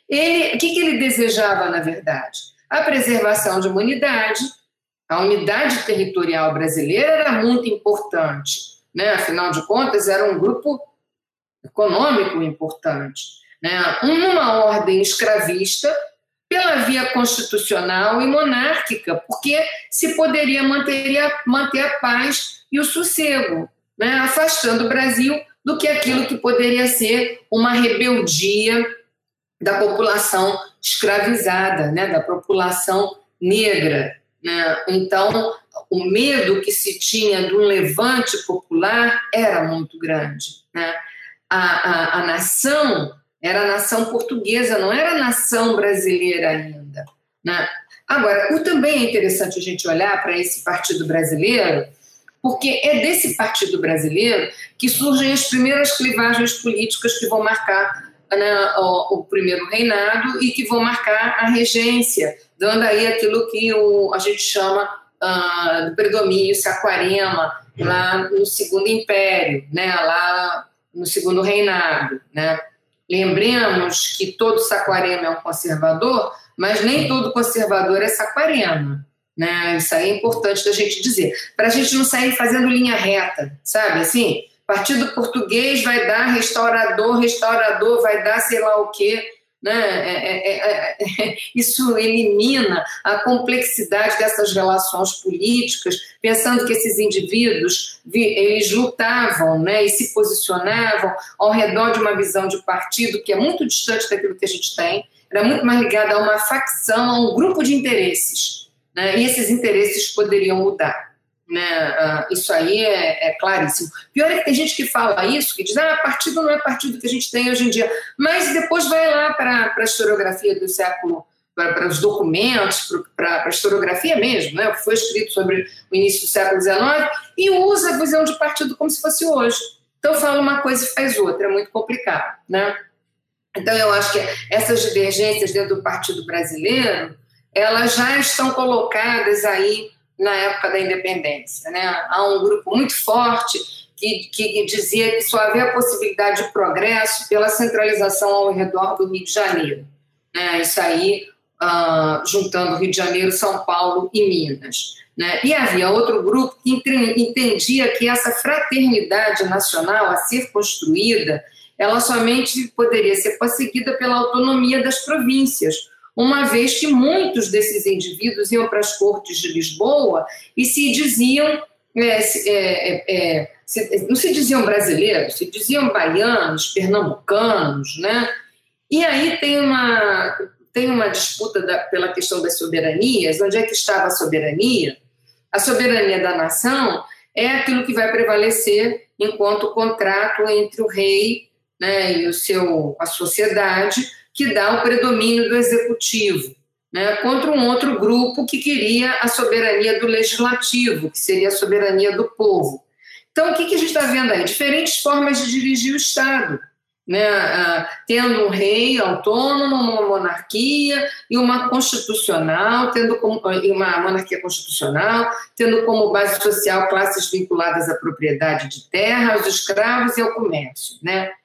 o que ele desejava, na verdade? A preservação de uma unidade. A unidade territorial brasileira era muito importante, né? Afinal de contas, era um grupo econômico importante, né? Uma ordem escravista pela via constitucional e monárquica, porque se poderia manter a paz e o sossego, né? Afastando o Brasil do que aquilo que poderia ser uma rebeldia da população escravizada, né? Da população negra, né? Então, o medo que se tinha de um levante popular era muito grande, né? A nação era a nação portuguesa, não era a nação brasileira ainda, né? Agora, também é interessante a gente olhar para esse Partido Brasileiro, porque é desse Partido Brasileiro que surgem as primeiras clivagens políticas que vão marcar, né, o primeiro reinado e que vão marcar a regência, dando aí aquilo que a gente chama do predomínio Saquarema, lá no Segundo Império, né, lá no Segundo Reinado, né? Lembremos que todo Saquarema é um conservador, mas nem todo conservador é Saquarema, né? Isso aí é importante da gente dizer, para a gente não sair fazendo linha reta, sabe? Assim, Partido Português vai dar restaurador vai dar sei lá o quê, né? Isso elimina a complexidade dessas relações políticas, pensando que esses indivíduos eles lutavam, né, e se posicionavam ao redor de uma visão de partido que é muito distante daquilo que a gente tem, era muito mais ligada a uma facção, a um grupo de interesses, né, e esses interesses poderiam mudar. Né? Isso aí é claríssimo. Pior é que tem gente que fala isso, que diz, partido não é partido que a gente tem hoje em dia, mas depois vai lá para a historiografia do século, para os documentos, para a historiografia mesmo, né? O que foi escrito sobre o início do século XIX, e usa a visão de partido como se fosse hoje. Então fala uma coisa e faz outra, é muito complicado, né? Então eu acho que essas divergências dentro do Partido Brasileiro, elas já estão colocadas aí na época da independência, né? Há um grupo muito forte que dizia que só havia possibilidade de progresso pela centralização ao redor do Rio de Janeiro, né? Isso aí, juntando Rio de Janeiro, São Paulo e Minas, né? E havia outro grupo que entendia que essa fraternidade nacional a ser construída, ela somente poderia ser conseguida pela autonomia das províncias, uma vez que muitos desses indivíduos iam para as Cortes de Lisboa e se diziam, não se diziam brasileiros, se diziam baianos, pernambucanos, né? E aí tem uma disputa pela questão das soberanias. Onde é que estava a soberania? A soberania da nação é aquilo que vai prevalecer enquanto contrato entre o rei, né, e a sociedade, que dá o predomínio do executivo, né, contra um outro grupo que queria a soberania do legislativo, que seria a soberania do povo. Então, o que a gente está vendo aí? Diferentes formas de dirigir o Estado, né, tendo um rei autônomo, uma monarquia e uma constitucional, e uma monarquia constitucional, tendo como base social classes vinculadas à propriedade de terra, aos escravos e ao comércio, né?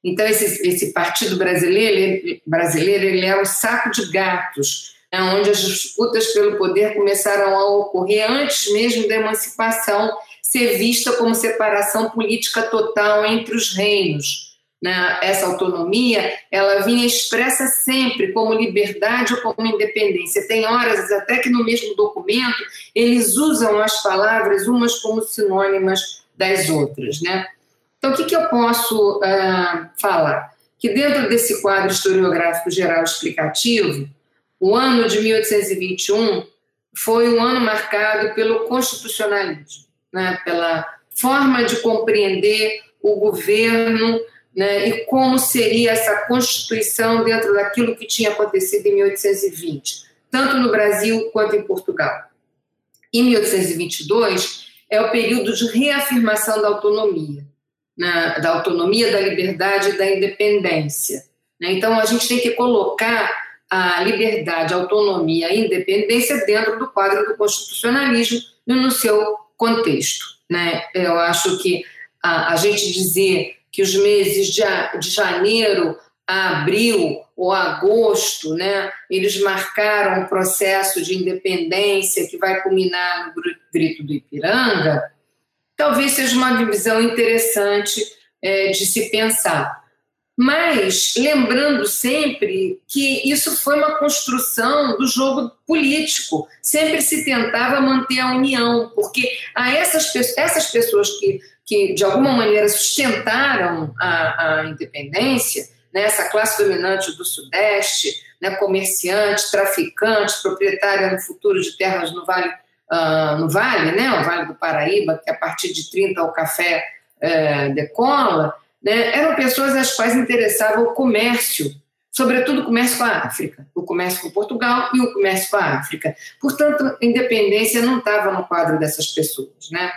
Então, esse partido brasileiro ele é um saco de gatos, né, onde as disputas pelo poder começaram a ocorrer antes mesmo da emancipação ser vista como separação política total entre os reinos. Né? Essa autonomia ela vinha expressa sempre como liberdade ou como independência. Tem horas até que no mesmo documento eles usam as palavras umas como sinônimas das outras. Né? Então, o que eu posso falar? Que dentro desse quadro historiográfico geral explicativo, o ano de 1821 foi um ano marcado pelo constitucionalismo, né? Pela forma de compreender o governo, né? E como seria essa Constituição dentro daquilo que tinha acontecido em 1820, tanto no Brasil quanto em Portugal. Em 1822 é o período de reafirmação da autonomia, né? Da autonomia, da liberdade e da independência. Né? Então, a gente tem que colocar a liberdade, a autonomia e a independência dentro do quadro do constitucionalismo e no seu contexto. Né? Eu acho que a gente dizer que os meses de janeiro a abril ou agosto, né, eles marcaram o processo de independência que vai culminar no Grito do Ipiranga, talvez seja uma visão interessante de se pensar. Mas lembrando sempre que isso foi uma construção do jogo político. Sempre se tentava manter a união, porque essas pessoas que de alguma maneira sustentaram a independência, né, essa classe dominante do Sudeste, né, comerciante, traficante, proprietária no futuro de terras no Vale, né, o Vale do Paraíba, que a partir de 30 o café decola, né, eram pessoas às quais interessava o comércio, sobretudo o comércio com a África, o comércio com Portugal e o comércio com a África. Portanto, a independência não estava no quadro dessas pessoas. Né?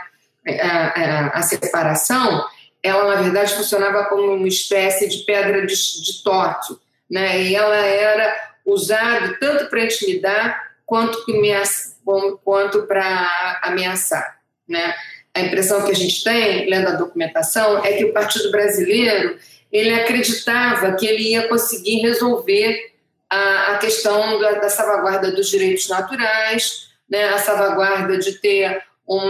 A separação, ela, na verdade, funcionava como uma espécie de pedra de toque, né? E ela era usada tanto para intimidar quanto para ameaçar. Né? A impressão que a gente tem, lendo a documentação, é que o Partido Brasileiro ele acreditava que ele ia conseguir resolver a questão da salvaguarda dos direitos naturais, né, a salvaguarda de ter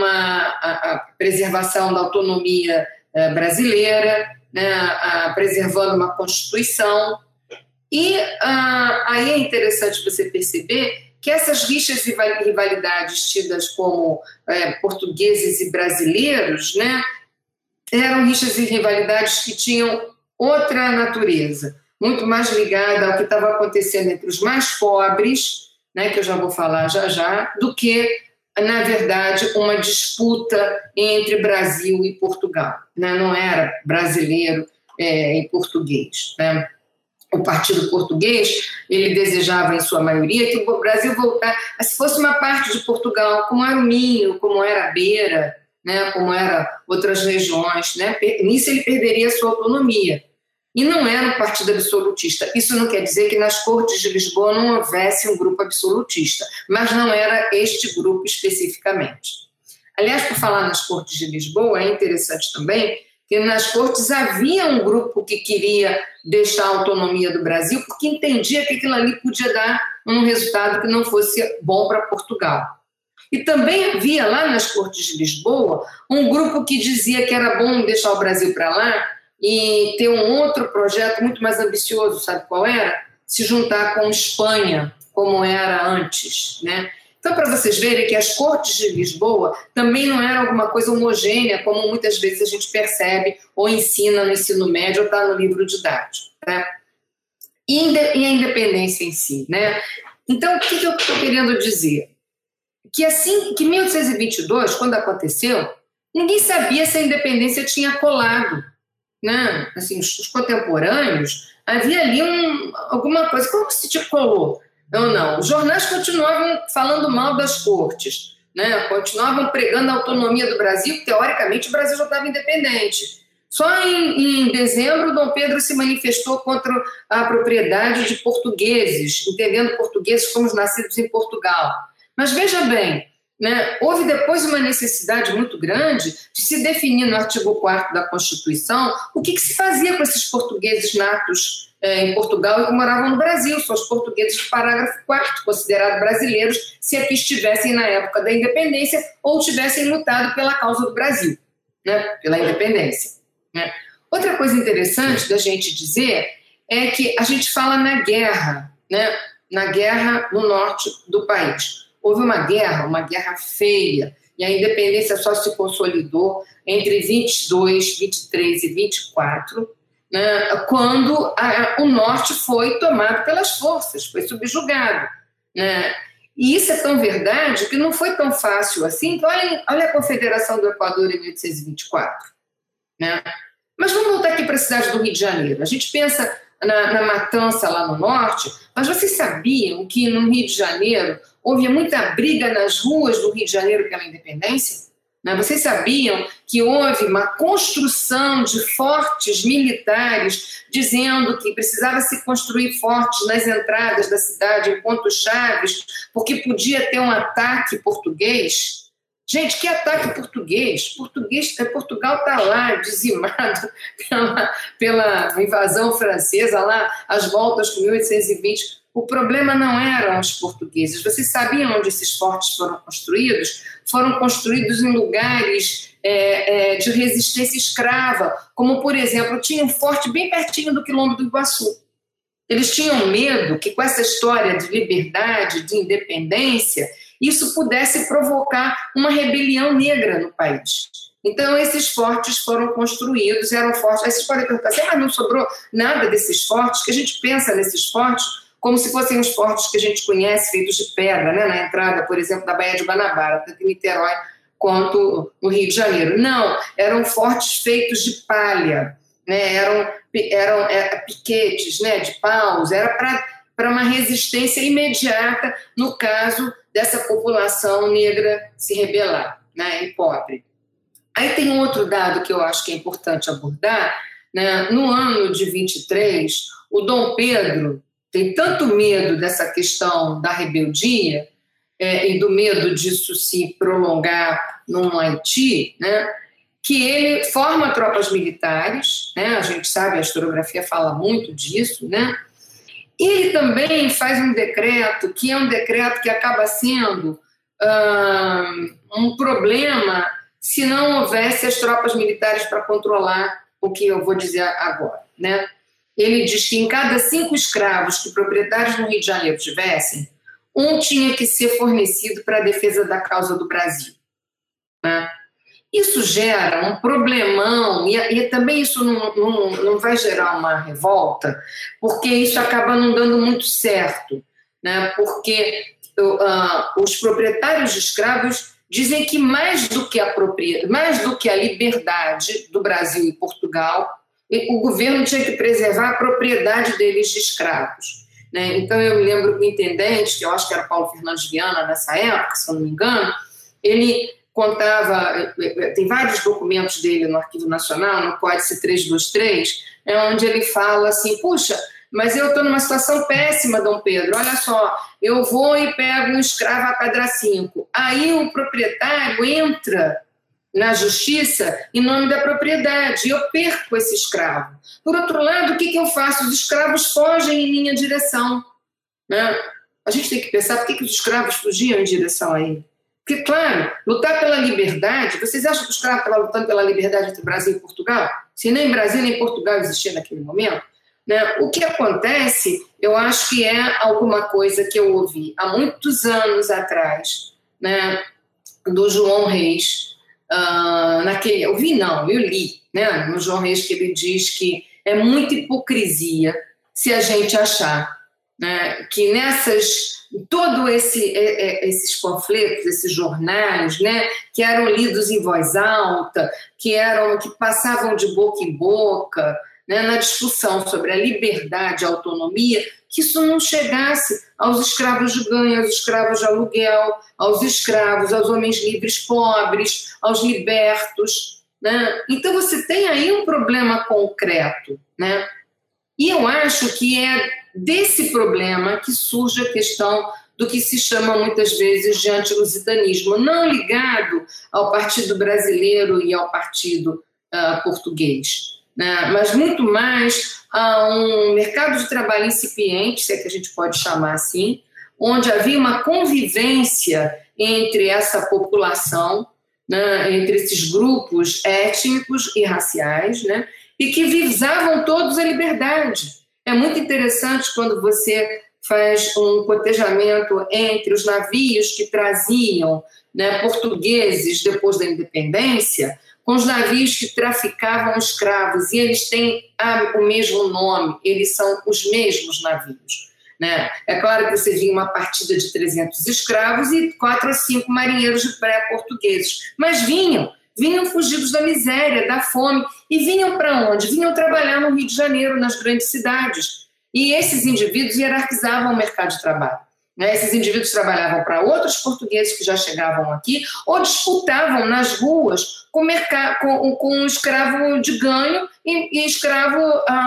a preservação da autonomia brasileira, né, preservando uma Constituição. E aí é interessante você perceber que essas rixas e rivalidades tidas como portugueses e brasileiros, né, eram rixas e rivalidades que tinham outra natureza, muito mais ligada ao que estava acontecendo entre os mais pobres, né, que eu já vou falar já, do que, na verdade, uma disputa entre Brasil e Portugal. Né? Não era brasileiro e português, né? O partido português, ele desejava, em sua maioria, que o Brasil se fosse uma parte de Portugal, como era o Minho, como era a Beira, né, como eram outras regiões. Né, nisso ele perderia a sua autonomia. E não era um partido absolutista. Isso não quer dizer que nas Cortes de Lisboa não houvesse um grupo absolutista, mas não era este grupo especificamente. Aliás, por falar nas Cortes de Lisboa, é interessante também que nas Cortes havia um grupo que queria deixar a autonomia do Brasil porque entendia que aquilo ali podia dar um resultado que não fosse bom para Portugal. E também havia lá nas Cortes de Lisboa um grupo que dizia que era bom deixar o Brasil para lá e ter um outro projeto muito mais ambicioso, sabe qual era? Se juntar com Espanha, como era antes, né? Então, para vocês verem que as Cortes de Lisboa também não eram alguma coisa homogênea, como muitas vezes a gente percebe ou ensina no ensino médio ou está no livro didático. Né? E a independência em si. Né? Então, o que eu estou querendo dizer? Que assim, que 1822, quando aconteceu, ninguém sabia se a independência tinha colado. Né? Assim, os contemporâneos, havia ali alguma coisa. Como se te colou? Não. Os jornais continuavam falando mal das cortes, né? Continuavam pregando a autonomia do Brasil, que teoricamente o Brasil já estava independente. Só em dezembro, Dom Pedro se manifestou contra a propriedade de portugueses, entendendo portugueses como os nascidos em Portugal. Mas veja bem, né, houve depois uma necessidade muito grande de se definir no artigo 4º da Constituição o que se fazia com esses portugueses natos em Portugal e que moravam no Brasil, são os portugueses do parágrafo 4º, considerados brasileiros, se aqui estivessem na época da independência ou tivessem lutado pela causa do Brasil, né, pela independência. Né. Outra coisa interessante da gente dizer é que a gente fala na guerra, né, na guerra no norte do país. Houve uma guerra feia, e a independência só se consolidou entre 22, 23 e 24, né, quando o norte foi tomado pelas forças, foi subjugado. Né? E isso é tão verdade que não foi tão fácil assim. Olha a Confederação do Equador em 1824. Né? Mas vamos voltar aqui para a cidade do Rio de Janeiro. A gente pensa na matança lá no norte, mas vocês sabiam que no Rio de Janeiro houve muita briga nas ruas do Rio de Janeiro pela independência? Vocês sabiam que houve uma construção de fortes militares dizendo que precisava se construir fortes nas entradas da cidade, em pontos chaves, porque podia ter um ataque português? Gente, que ataque português? Portugal está lá dizimado pela invasão francesa, lá às voltas de 1820. O problema não eram os portugueses. Vocês sabiam onde esses fortes foram construídos? Foram construídos em lugares de resistência escrava, como, por exemplo, tinha um forte bem pertinho do Quilombo do Iguaçu. Eles tinham medo que com essa história de liberdade, de independência, isso pudesse provocar uma rebelião negra no país. Então, esses fortes foram construídos, eram fortes. Aí vocês podem perguntar assim, não sobrou nada desses fortes, que a gente pensa nesses fortes como se fossem os fortes que a gente conhece, feitos de pedra, né? Na entrada, por exemplo, da Baía de Guanabara, tanto em Niterói quanto no Rio de Janeiro. Não, eram fortes feitos de palha, né? Eram piquetes, né? De paus, era para uma resistência imediata no caso dessa população negra se rebelar, né? E pobre. Aí tem um outro dado que eu acho que é importante abordar, né? No ano de 23, o Dom Pedro tem tanto medo dessa questão da rebeldia e do medo disso se prolongar no Haiti, né, que ele forma tropas militares, né, a gente sabe, a historiografia fala muito disso, né, e ele também faz um decreto, que é um decreto que acaba sendo um problema se não houvesse as tropas militares para controlar o que eu vou dizer agora, né. Ele diz que em cada 5 escravos que proprietários no Rio de Janeiro tivessem, um tinha que ser fornecido para a defesa da causa do Brasil. Né? Isso gera um problemão, e também isso não vai gerar uma revolta, porque isso acaba não dando muito certo, né? Porque os proprietários de escravos dizem que mais do que a liberdade do Brasil e Portugal, o governo tinha que preservar a propriedade deles de escravos. Né? Então, eu me lembro que o intendente, que eu acho que era Paulo Fernandes Viana nessa época, se eu não me engano, ele contava, tem vários documentos dele no Arquivo Nacional, no Códice 323, onde ele fala assim, puxa, mas eu estou numa situação péssima, Dom Pedro, olha só, eu vou e pego um escravo a cada 5. Aí o proprietário entra na justiça em nome da propriedade, e eu perco esse escravo. Por outro lado, o que eu faço? Os escravos fogem em minha direção. Né? A gente tem que pensar por que os escravos fugiam em direção a ele. Porque, claro, lutar pela liberdade, vocês acham que o escravo estava lutando pela liberdade entre Brasil e Portugal? Se nem Brasil nem Portugal existia naquele momento? Né? O que acontece, eu acho que é alguma coisa que eu ouvi há muitos anos atrás, né, do João Reis, eu li, né, no João Reis, que ele diz que é muita hipocrisia se a gente achar, né, que todos esses panfletos, esses jornais, né, que eram lidos em voz alta, que passavam de boca em boca, né, na discussão sobre a liberdade, a autonomia, que isso não chegasse aos escravos de ganho, aos escravos de aluguel, aos escravos, aos homens livres pobres, aos libertos. Né? Então, você tem aí um problema concreto. Né? E eu acho que é desse problema que surge a questão do que se chama muitas vezes de antilusitanismo, não ligado ao Partido Brasileiro e ao Partido Português, né? Mas muito mais a um mercado de trabalho incipiente, se é que a gente pode chamar assim, onde havia uma convivência entre essa população, né, entre esses grupos étnicos e raciais, né, e que visavam todos a liberdade. É muito interessante quando você faz um cotejamento entre os navios que traziam, né, portugueses depois da independência, com os navios que traficavam escravos, e eles têm o mesmo nome, eles são os mesmos navios, né? É claro que você via uma partida de 300 escravos e 4 a 5 marinheiros de praia portugueses, mas vinham fugidos da miséria, da fome, e vinham para onde? Vinham trabalhar no Rio de Janeiro, nas grandes cidades, e esses indivíduos hierarquizavam o mercado de trabalho, né? Esses indivíduos trabalhavam para outros portugueses que já chegavam aqui, ou disputavam nas ruas com escravo de ganho e escravo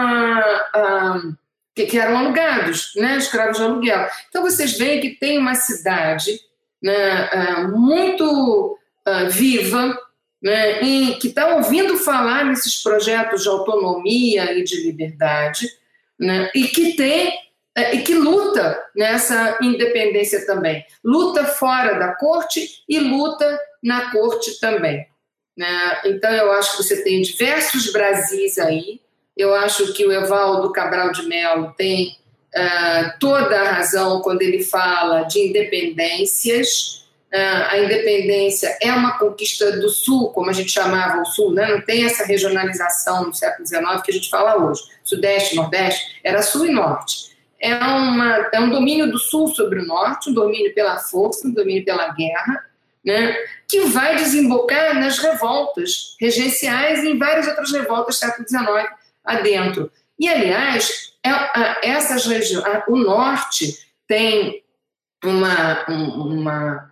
que eram alugados, né? Escravos de aluguel. Então, vocês veem que tem uma cidade, né, muito viva, né, que está ouvindo falar nesses projetos de autonomia e de liberdade, né, e que luta nessa independência também. Luta fora da corte e luta na corte também, né? Então, eu acho que você tem diversos Brasis aí. Eu acho que o Evaldo Cabral de Mello tem toda a razão quando ele fala de independências. A independência é uma conquista do Sul, como a gente chamava o Sul, né? Não tem essa regionalização no século XIX que a gente fala hoje. Sudeste, Nordeste, era Sul e Norte. É um domínio do Sul sobre o Norte, um domínio pela força, um domínio pela guerra, né? Que vai desembocar nas revoltas regenciais e em várias outras revoltas do século XIX adentro. E, aliás, essas regiões, o Norte tem uma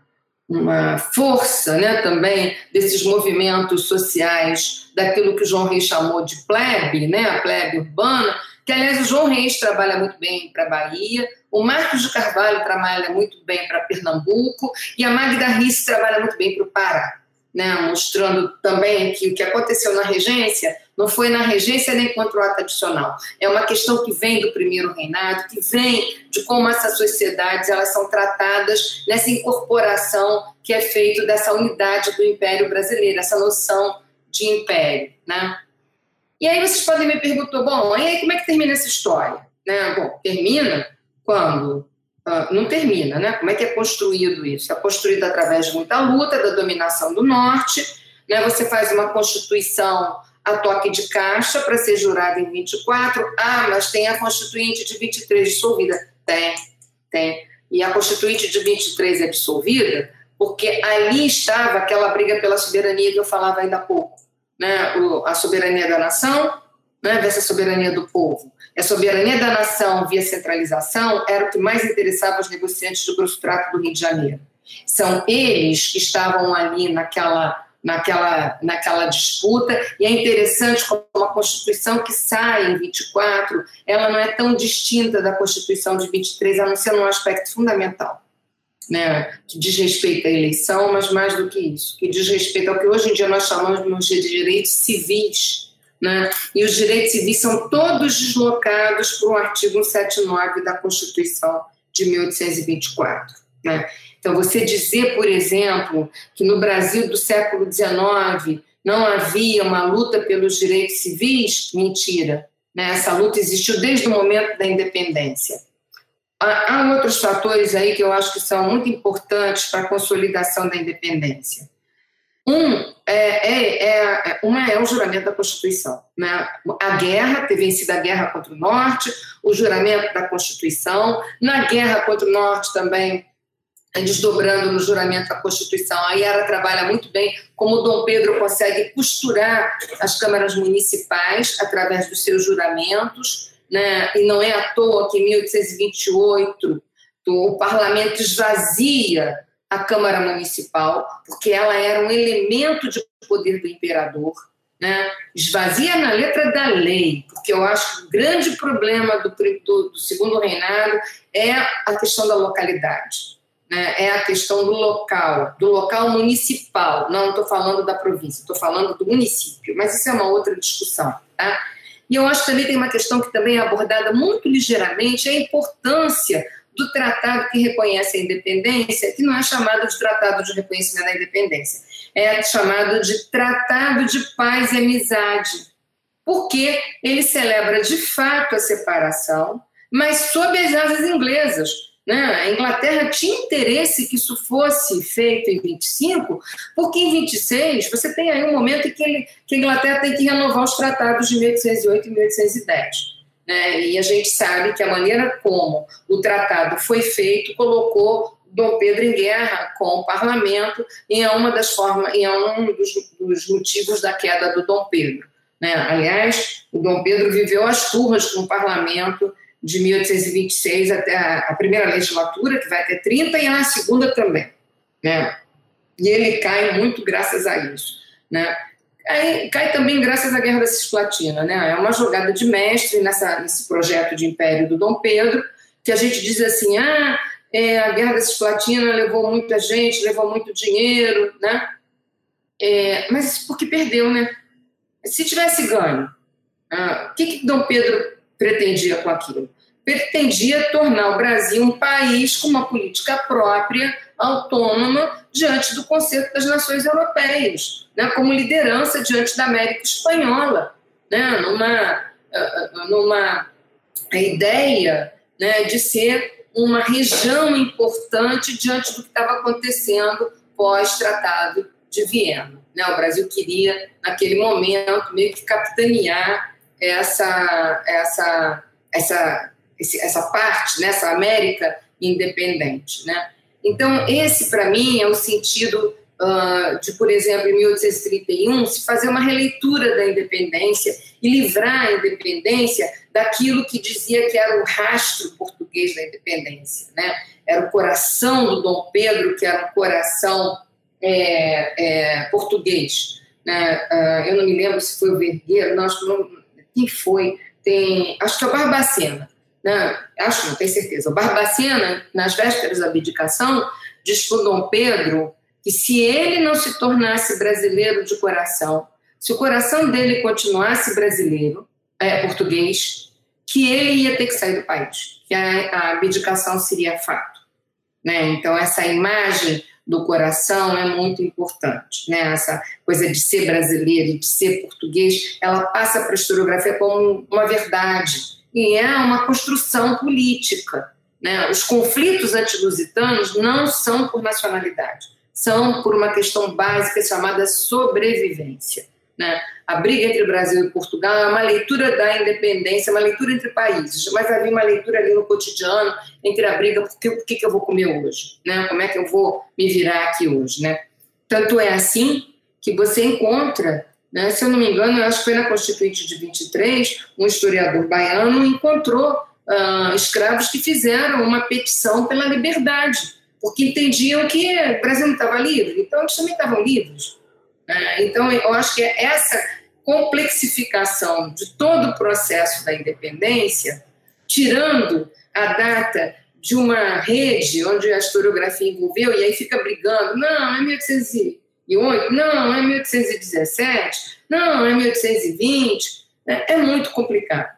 força, né, também desses movimentos sociais, daquilo que o João Reis chamou de plebe, né, a plebe urbana, que, aliás, o João Reis trabalha muito bem para a Bahia, o Marcos de Carvalho trabalha muito bem para Pernambuco e a Magda Risse trabalha muito bem para o Pará, né, mostrando também que o que aconteceu na regência não foi na regência nem contra o ato adicional. É uma questão que vem do primeiro reinado, que vem de como essas sociedades elas são tratadas nessa incorporação que é feita dessa unidade do Império Brasileiro, essa noção de império, né? E aí vocês podem me perguntar, bom, e aí como é que termina essa história? Né? Bom, termina quando... não termina, né? Como é que é construído isso? É construído através de muita luta, da dominação do Norte, né? Você faz uma Constituição a toque de caixa para ser jurada em 24. Mas tem a Constituinte de 23 dissolvida. Tem. E a Constituinte de 23 é dissolvida porque ali estava aquela briga pela soberania que eu falava ainda há pouco, né? A soberania da nação, né, versus a soberania do povo. A soberania da nação via centralização era o que mais interessava os negociantes do grosso trato do Rio de Janeiro. São eles que estavam ali naquela disputa, e é interessante como a Constituição que sai em 24, ela não é tão distinta da Constituição de 23, a não ser num aspecto fundamental, né, que diz respeito à eleição, mas mais do que isso, que diz respeito ao que hoje em dia nós chamamos de direitos civis, né, e os direitos civis são todos deslocados para o artigo 179 da Constituição de 1824, né. Então, você dizer, por exemplo, que no Brasil do século XIX não havia uma luta pelos direitos civis, mentira, né? Essa luta existiu desde o momento da independência. Há outros fatores aí que eu acho que são muito importantes para a consolidação da independência. Um é o juramento da Constituição, né? A guerra, ter vencido a guerra contra o Norte, o juramento da Constituição. Na guerra contra o Norte também, desdobrando no juramento da Constituição. A Iara trabalha muito bem como o Dom Pedro consegue costurar as câmaras municipais através dos seus juramentos, né? E não é à toa que em 1828 o parlamento esvazia a Câmara Municipal, porque ela era um elemento de poder do imperador, né? Esvazia na letra da lei, porque eu acho que o grande problema do segundo reinado é a questão da localidade, né? É a questão do local municipal. Não estou falando da província, estou falando do município, mas isso é uma outra discussão, tá? E eu acho que também tem uma questão que também é abordada muito ligeiramente, é a importância do tratado que reconhece a independência, que não é chamado de Tratado de Reconhecimento da Independência, é chamado de Tratado de Paz e Amizade, porque ele celebra de fato a separação, mas sob as asas inglesas, né? A Inglaterra tinha interesse que isso fosse feito em 25, porque em 26 você tem aí um momento em que a Inglaterra tem que renovar os tratados de 1808 e 1810. Né? E a gente sabe que a maneira como o tratado foi feito colocou Dom Pedro em guerra com o parlamento e é um dos motivos da queda do Dom Pedro. Né? Aliás, o Dom Pedro viveu as turras com o parlamento de 1826 até a primeira legislatura, que vai até 30, e a segunda também. Né? E ele cai muito graças a isso. Né? Cai também graças à Guerra da Cisplatina. Né? É uma jogada de mestre nesse projeto de império do Dom Pedro, que a gente diz assim, a Guerra da Cisplatina levou muita gente, levou muito dinheiro, né? Mas porque perdeu, né? Se tivesse ganho, o que Dom Pedro pretendia com aquilo? Pretendia tornar o Brasil um país com uma política própria, autônoma, diante do concerto das nações europeias, né, como liderança diante da América Espanhola, né, numa ideia, né, de ser uma região importante diante do que estava acontecendo pós-Tratado de Viena. Né, o Brasil queria, naquele momento, meio que capitanear essa parte, né, essa América independente. Né? Então, esse, para mim, é o sentido de, por exemplo, em 1831, se fazer uma releitura da independência e livrar a independência daquilo que dizia que era o rastro português da independência. Né? Era o coração do Dom Pedro, que era um coração português. Né? Eu não me lembro se foi o Vergueiro, quem foi? Acho que é o Barbacena. Não tenho certeza. O Barbacena, nas vésperas da abdicação, diz para o Dom Pedro que se ele não se tornasse brasileiro de coração, se o coração dele continuasse português, que ele ia ter que sair do país, que a abdicação seria fato. Né? Então, essa imagem do coração é muito importante. Né? Essa coisa de ser brasileiro e de ser português, ela passa para a historiografia como uma verdade. E é uma construção política. Né? Os conflitos antilusitanos não são por nacionalidade, são por uma questão básica chamada sobrevivência. Né? A briga entre Brasil e Portugal é uma leitura da independência, uma leitura entre países, mas havia uma leitura ali no cotidiano entre a briga, o que eu vou comer hoje? Né? Como é que eu vou me virar aqui hoje? Né? Tanto é assim que você encontra, né, se eu não me engano, eu acho que foi na Constituinte de 23, um historiador baiano encontrou escravos que fizeram uma petição pela liberdade, porque entendiam que o Brasil não estava livre, então eles também estavam livres. Então, eu acho que essa complexificação de todo o processo da independência, tirando a data de uma rede onde a historiografia envolveu, e aí fica brigando, não, é 1808, não, é 1817, não, é 1820, é muito complicado.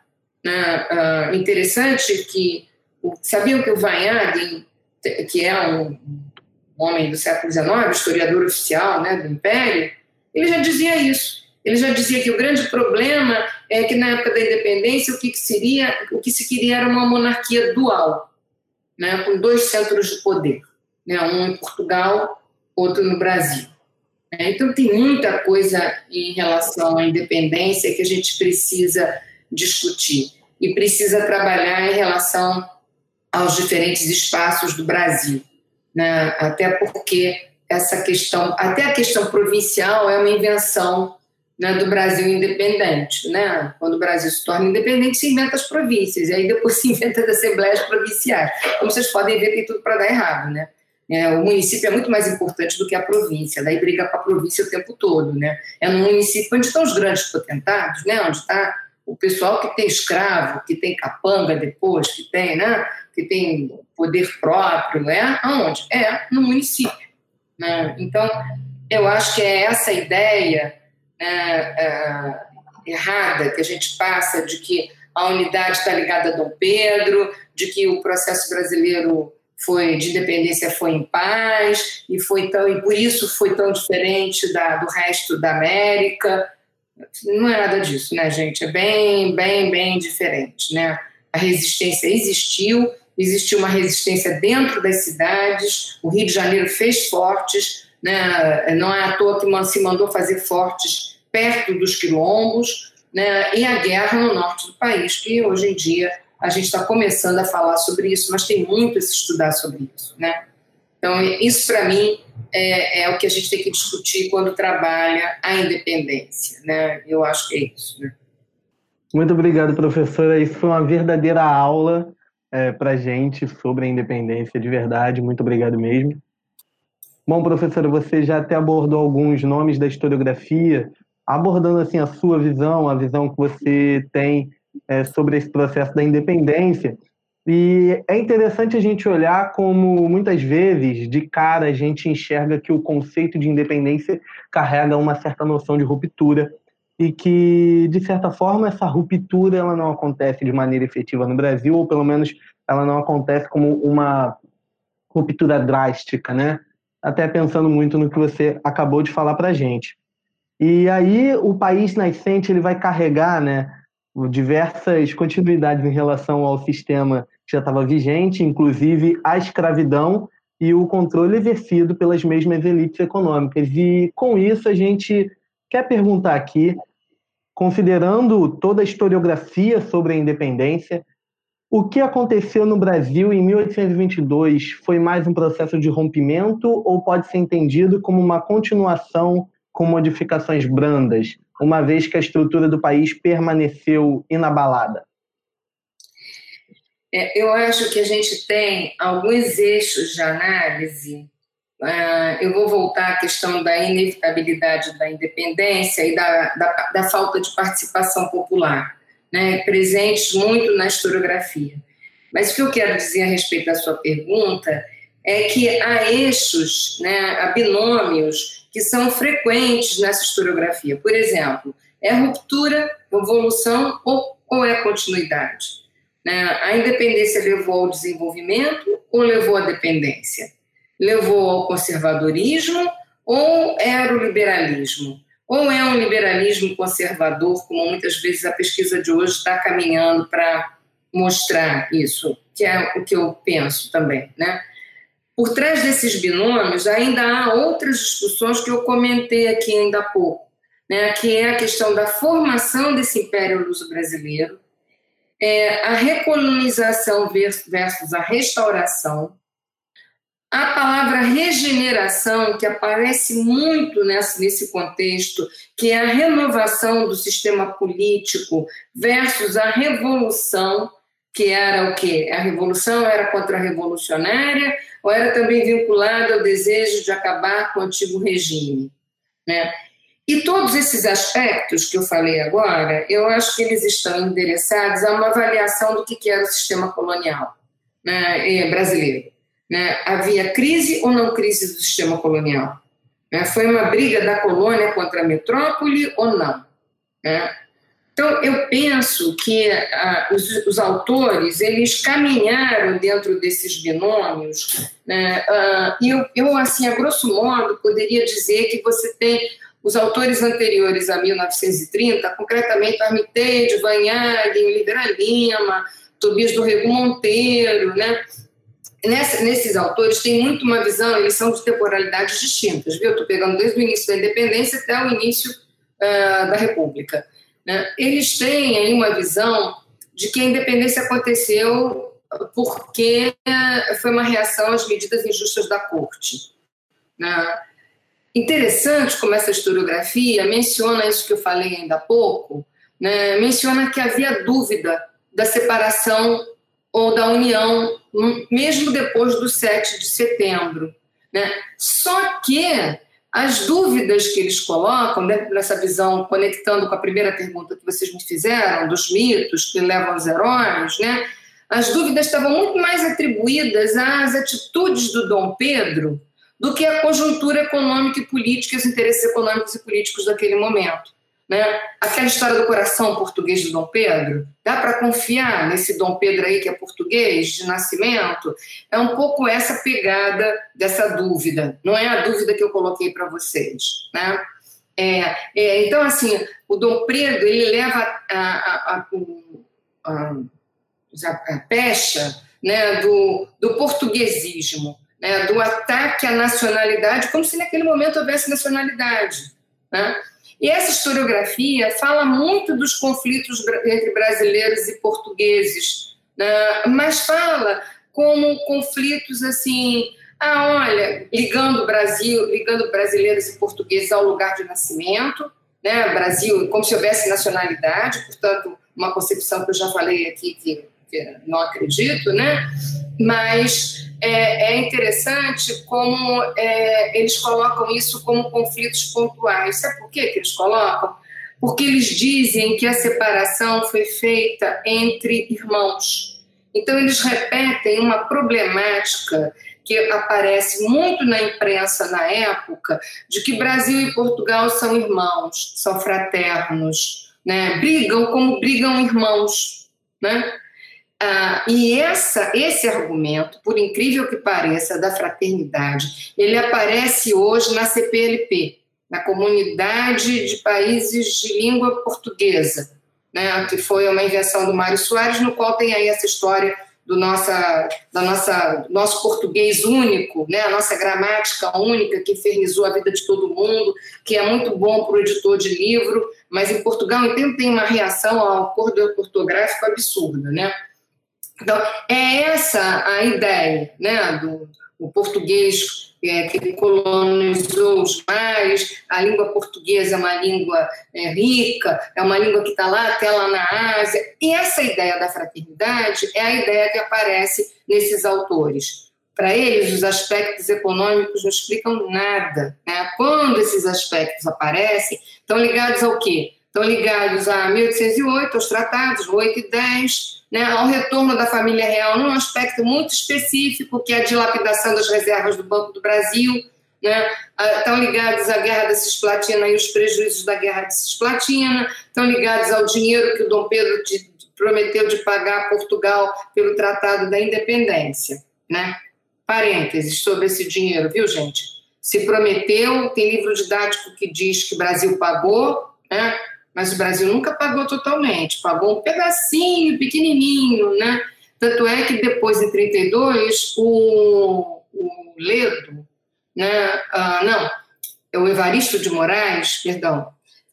Interessante que, sabiam que o Vanhagen, que é um homem do século XIX, historiador oficial, né, do Império, ele já dizia isso. Ele já dizia que o grande problema é que na época da independência o que se queria era uma monarquia dual, né, com 2 centros de poder, né, um em Portugal, outro no Brasil. Então tem muita coisa em relação à independência que a gente precisa discutir e precisa trabalhar em relação aos diferentes espaços do Brasil. Né? Até porque essa questão, até a questão provincial é uma invenção, né, do Brasil independente. Né? Quando o Brasil se torna independente, se inventa as províncias, e aí depois se inventa as assembleias provinciais. Como vocês podem ver, tem tudo para dar errado. Né? O município é muito mais importante do que a província, daí briga com a província o tempo todo, né? É no município onde estão os grandes potentados, né? Onde está o pessoal que tem escravo, que tem capanga depois, que tem, né? Que tem poder próprio, aonde? No município, né? Então, eu acho que é essa ideia errada que a gente passa de que a unidade está ligada a Dom Pedro, de que o processo brasileiro de independência foi em paz e por isso foi tão diferente do resto da América. Não é nada disso, né, gente? É bem, bem, bem diferente, né? A resistência existiu uma resistência dentro das cidades, o Rio de Janeiro fez fortes, né? Não é à toa que se mandou fazer fortes perto dos quilombos, né? E a guerra no norte do país, que hoje em dia a gente está começando a falar sobre isso, mas tem muito a se estudar sobre isso, né? Então, isso para mim é o que a gente tem que discutir quando trabalha a independência, né? Eu acho que é isso, né? Muito obrigado, professora. Isso foi uma verdadeira aula para a gente sobre a independência, de verdade. Muito obrigado mesmo. Bom, professora, você já até abordou alguns nomes da historiografia, abordando assim a sua visão, a visão que você tem sobre esse processo da independência. E é interessante a gente olhar como, muitas vezes, de cara, a gente enxerga que o conceito de independência carrega uma certa noção de ruptura e que, de certa forma, essa ruptura ela não acontece de maneira efetiva no Brasil, ou pelo menos ela não acontece como uma ruptura drástica, né? Até pensando muito no que você acabou de falar para a gente. E aí o país nascente ele vai carregar, né, diversas continuidades em relação ao sistema que já estava vigente, inclusive a escravidão e o controle exercido pelas mesmas elites econômicas. E com isso a gente quer perguntar aqui, considerando toda a historiografia sobre a independência, o que aconteceu no Brasil em 1822 foi mais um processo de rompimento ou pode ser entendido como uma continuação com modificações brandas, uma vez que a estrutura do país permaneceu inabalada? Eu acho que a gente tem alguns eixos de análise. Eu vou voltar à questão da inevitabilidade da independência e da falta de participação popular, né, presentes muito na historiografia. Mas o que eu quero dizer a respeito da sua pergunta é que há eixos, né, há binômios que são frequentes nessa historiografia. Por exemplo, é ruptura, evolução ou é continuidade? Né? A independência levou ao desenvolvimento ou levou à dependência? Levou ao conservadorismo ou era o liberalismo? Ou é um liberalismo conservador, como muitas vezes a pesquisa de hoje está caminhando para mostrar isso, que é o que eu penso também, né? Por trás desses binômios ainda há outras discussões que eu comentei aqui ainda há pouco, né? Que é a questão da formação desse Império Luso-Brasileiro, a recolonização versus a restauração, a palavra regeneração, que aparece muito nesse contexto, que é a renovação do sistema político versus a revolução, que era o quê? A revolução era contra-revolucionária ou era também vinculada ao desejo de acabar com o antigo regime, né? E todos esses aspectos que eu falei agora, eu acho que eles estão endereçados a uma avaliação do que era o sistema colonial, né, brasileiro. Né? Havia crise ou não crise do sistema colonial? Né? Foi uma briga da colônia contra a metrópole ou não? Né? Então, eu penso que os autores, eles caminharam dentro desses binômios, né? E eu, assim, a grosso modo, poderia dizer que você tem os autores anteriores a 1930, concretamente Armitage, Vanhagen, Oliveira Lima, Tobias do Rego Monteiro, né? Nesses autores tem muito uma visão, eles são de temporalidades distintas, viu? Eu estou pegando desde o início da independência até o início da República. Né? Eles têm aí uma visão de que a independência aconteceu porque foi uma reação às medidas injustas da corte. Né? Interessante como essa historiografia menciona isso que eu falei ainda há pouco, né? Menciona que havia dúvida da separação ou da união, mesmo depois do 7 de setembro. né? Só que as dúvidas que eles colocam, dentro dessa visão, conectando com a primeira pergunta que vocês me fizeram, dos mitos que levam aos heróis, né? As dúvidas estavam muito mais atribuídas às atitudes do Dom Pedro do que à conjuntura econômica e política, os interesses econômicos e políticos daquele momento, né? Aquela história do coração português do Dom Pedro, dá para confiar nesse Dom Pedro aí que é português de nascimento? É um pouco essa pegada dessa dúvida, não é a dúvida que eu coloquei para vocês, né? Então, assim, o Dom Pedro, ele leva a pecha, né, do portuguesismo, né, do ataque à nacionalidade, como se naquele momento houvesse nacionalidade, né? E essa historiografia fala muito dos conflitos entre brasileiros e portugueses, né? Mas fala como conflitos assim, olha, ligando brasileiros e portugueses ao lugar de nascimento, né? Brasil, como se houvesse nacionalidade, portanto, uma concepção que eu já falei aqui que não acredito, né? Mas é interessante como eles colocam isso como conflitos pontuais. Sabe por que eles colocam? Porque eles dizem que a separação foi feita entre irmãos. Então, eles repetem uma problemática que aparece muito na imprensa na época, de que Brasil e Portugal são irmãos, são fraternos, né? Brigam como brigam irmãos, né? E esse argumento, por incrível que pareça, da fraternidade, ele aparece hoje na CPLP, na Comunidade de Países de Língua Portuguesa, né, que foi uma invenção do Mário Soares, no qual tem aí essa história do nosso português único, né, a nossa gramática única, que infernizou a vida de todo mundo, que é muito bom para o editor de livro, mas em Portugal, então, tem uma reação ao acordo ortográfico absurda, né? Então, é essa a ideia, né, do português que colonizou os mares. A língua portuguesa é uma língua rica, é uma língua que está lá, até lá na Ásia. E essa ideia da fraternidade é a ideia que aparece nesses autores. Para eles, os aspectos econômicos não explicam nada, né? Quando esses aspectos aparecem, estão ligados ao quê? Estão ligados a 1808, aos tratados, 8 e 10, né, ao retorno da família real num aspecto muito específico, que é a dilapidação das reservas do Banco do Brasil, né, estão ligados à Guerra da Cisplatina e os prejuízos da Guerra de Cisplatina, estão ligados ao dinheiro que o Dom Pedro prometeu de pagar a Portugal pelo Tratado da Independência, né? Parênteses sobre esse dinheiro, viu, gente? Se prometeu, tem livro didático que diz que o Brasil pagou, né? Mas o Brasil nunca pagou totalmente, pagou um pedacinho pequenininho, né? Tanto é que depois, em 32, o Ledo, né? O Evaristo de Moraes, perdão,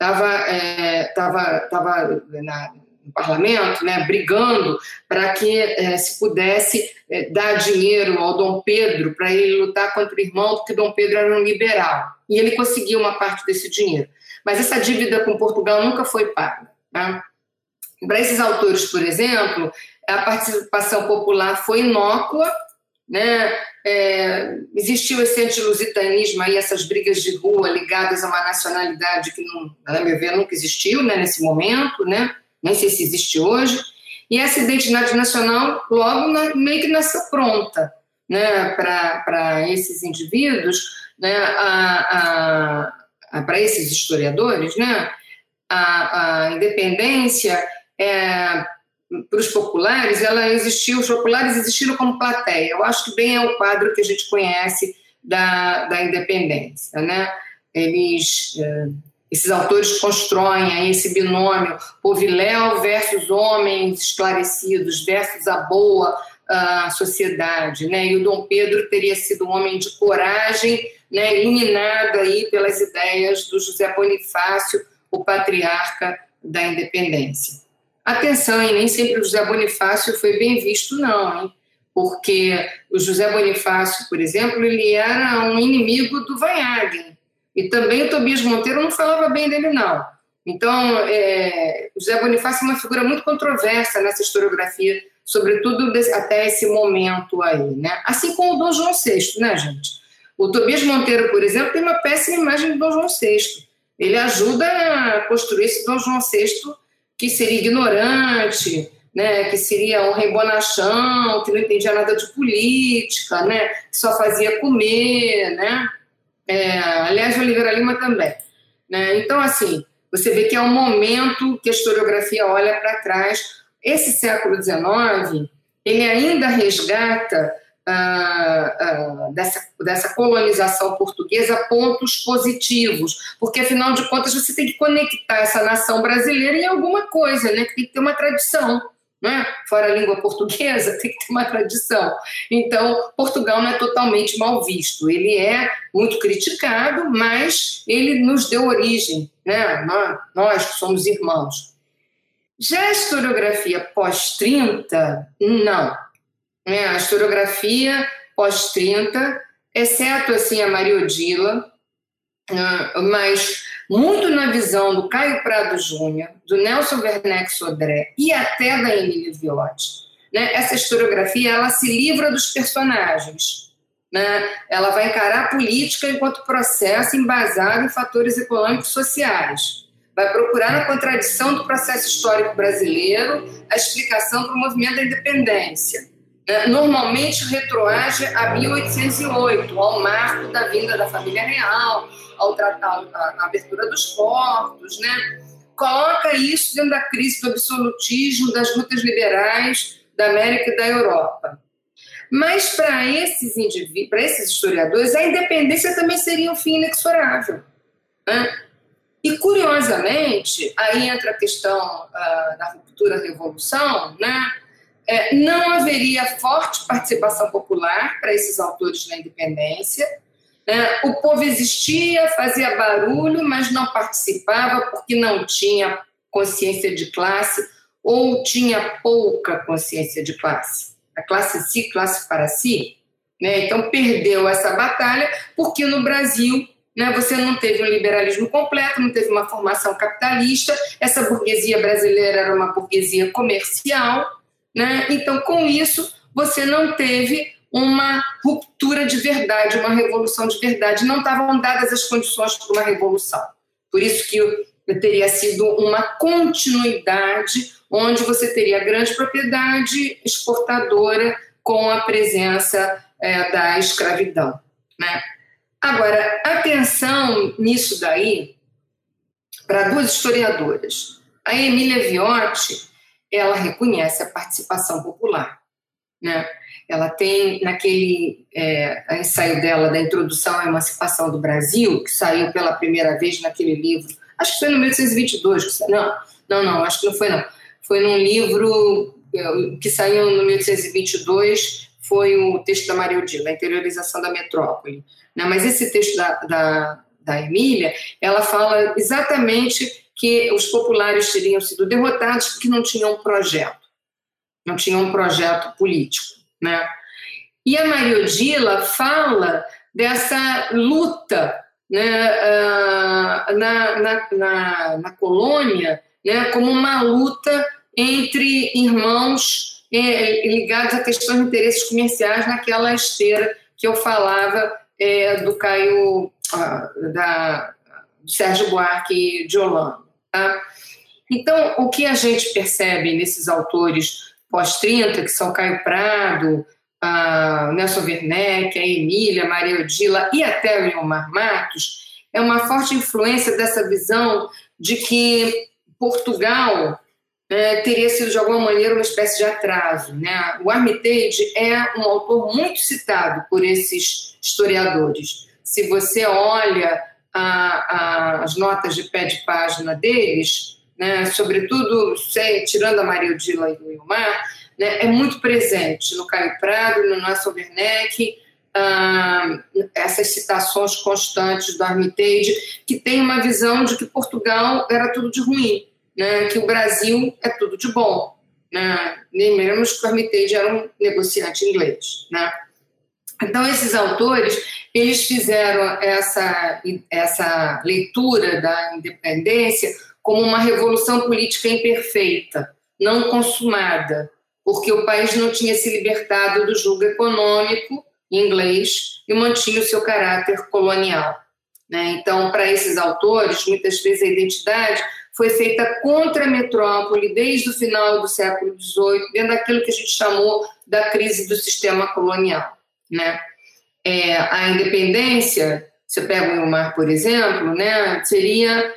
estava no parlamento, né, brigando para que se pudesse dar dinheiro ao Dom Pedro para ele lutar contra o irmão, porque Dom Pedro era um liberal. E ele conseguiu uma parte desse dinheiro. Mas essa dívida com Portugal nunca foi paga, né? Para esses autores, por exemplo, a participação popular foi inócua, né? Existiu esse antilusitanismo, aí, essas brigas de rua ligadas a uma nacionalidade que, na meu ver, nunca existiu, né, nesse momento, né? Nem sei se existe hoje. E essa identidade nacional logo meio que nasceu pronta, né, para esses indivíduos, né, para esses historiadores, né, a independência para os populares, os populares existiram como plateia. Eu acho que bem é o quadro que a gente conhece da independência, né? Esses autores constroem aí esse binômio poviléu versus homens esclarecidos versus a boa sociedade, né? E o Dom Pedro teria sido um homem de coragem, né, iluminado aí pelas ideias do José Bonifácio, o patriarca da independência. Atenção, hein? Nem sempre o José Bonifácio foi bem visto, não, hein? Porque o José Bonifácio, por exemplo, ele era um inimigo do Vanhagen, e também o Tobias Monteiro não falava bem dele, não. Então, o José Bonifácio é uma figura muito controversa nessa historiografia, sobretudo até esse momento aí, né? Assim como o Dom João VI, né, gente? O Tobias Monteiro, por exemplo, tem uma péssima imagem do Dom João VI. Ele ajuda a construir esse Dom João VI que seria ignorante, né, que seria um rei bonachão, que não entendia nada de política, né, que só fazia comer, né? Aliás, o Oliveira Lima também. Né? Então, assim, você vê que é um momento que a historiografia olha para trás. Esse século XIX, ele ainda resgata dessa colonização portuguesa pontos positivos, porque, afinal de contas, você tem que conectar essa nação brasileira em alguma coisa, né? Tem que ter uma tradição. Né? Fora a língua portuguesa, tem que ter uma tradição. Então, Portugal não é totalmente mal visto. Ele é muito criticado, mas ele nos deu origem, né? Nós que somos irmãos. Já a historiografia pós-30, não. A historiografia pós-30, exceto assim, a Maria Odila, mas muito na visão do Caio Prado Júnior, do Nelson Werneck Sodré e até da Emília Viotti, né? Essa historiografia ela se livra dos personagens, né? Ela vai encarar a política enquanto processo embasado em fatores econômicos e sociais. Vai procurar na contradição do processo histórico brasileiro a explicação para o movimento da independência. Normalmente retroage a 1808, ao marco da vinda da família real, ao tratar a abertura dos portos, né? Coloca isso dentro da crise do absolutismo, das lutas liberais da América e da Europa. Mas para esses indivíduos, para esses historiadores, a independência também seria um fim inexorável, né? E, curiosamente, aí entra a questão da ruptura-revolução, né? Não haveria forte participação popular para esses autores na independência. O povo existia, fazia barulho, mas não participava porque não tinha consciência de classe ou tinha pouca consciência de classe. A classe em si, classe para si. Né? Então, perdeu essa batalha porque no Brasil, né, você não teve um liberalismo completo, não teve uma formação capitalista, essa burguesia brasileira era uma burguesia comercial. Né? Então, com isso, você não teve uma ruptura de verdade, uma revolução de verdade. Não estavam dadas as condições para uma revolução. Por isso que teria sido uma continuidade, onde você teria grande propriedade exportadora com a presença da escravidão. Né? Agora, atenção nisso daí para duas historiadoras. A Emília Viotti, ela reconhece a participação popular. Né? Ela tem, naquele ensaio dela da Introdução à Emancipação do Brasil, que saiu pela primeira vez naquele livro, acho que foi no 1822, não, acho que não foi não. Foi num livro que saiu no 1822, foi o texto da Maria Odila, A Interiorização da Metrópole. Né? Mas esse texto da Emília, ela fala exatamente que os populares teriam sido derrotados porque não tinham um projeto político. Né? E a Maria Odila fala dessa luta, né, na colônia, né, como uma luta entre irmãos ligados a questões de interesses comerciais naquela esteira que eu falava do Caio, do Sérgio Buarque de Holanda. Tá? Então, o que a gente percebe nesses autores pós-30, que são Caio Prado, Nelson Werneck, a Emília, a Maria Odila e até o Ilmar Matos, é uma forte influência dessa visão de que Portugal teria sido, de alguma maneira, uma espécie de atraso. Né? O Armitage é um autor muito citado por esses historiadores. Se você olha as notas de pé de página deles, né, sobretudo, tirando a Maria Odila e o Ilmar, né, é muito presente no Caio Prado, no Nelson Werneck, essas citações constantes do Armitage, que tem uma visão de que Portugal era tudo de ruim, né, que o Brasil é tudo de bom. Né? Lembramos que o Armitage era um negociante inglês. Né? Então, esses autores, eles fizeram essa leitura da independência como uma revolução política imperfeita, não consumada, porque o país não tinha se libertado do jugo econômico, em inglês e mantinha o seu caráter colonial, né? Então, para esses autores, muitas vezes a identidade foi feita contra a metrópole desde o final do século XVIII, dentro daquilo que a gente chamou da crise do sistema colonial, né? A independência, você pega o Ilmar, por exemplo, né, seria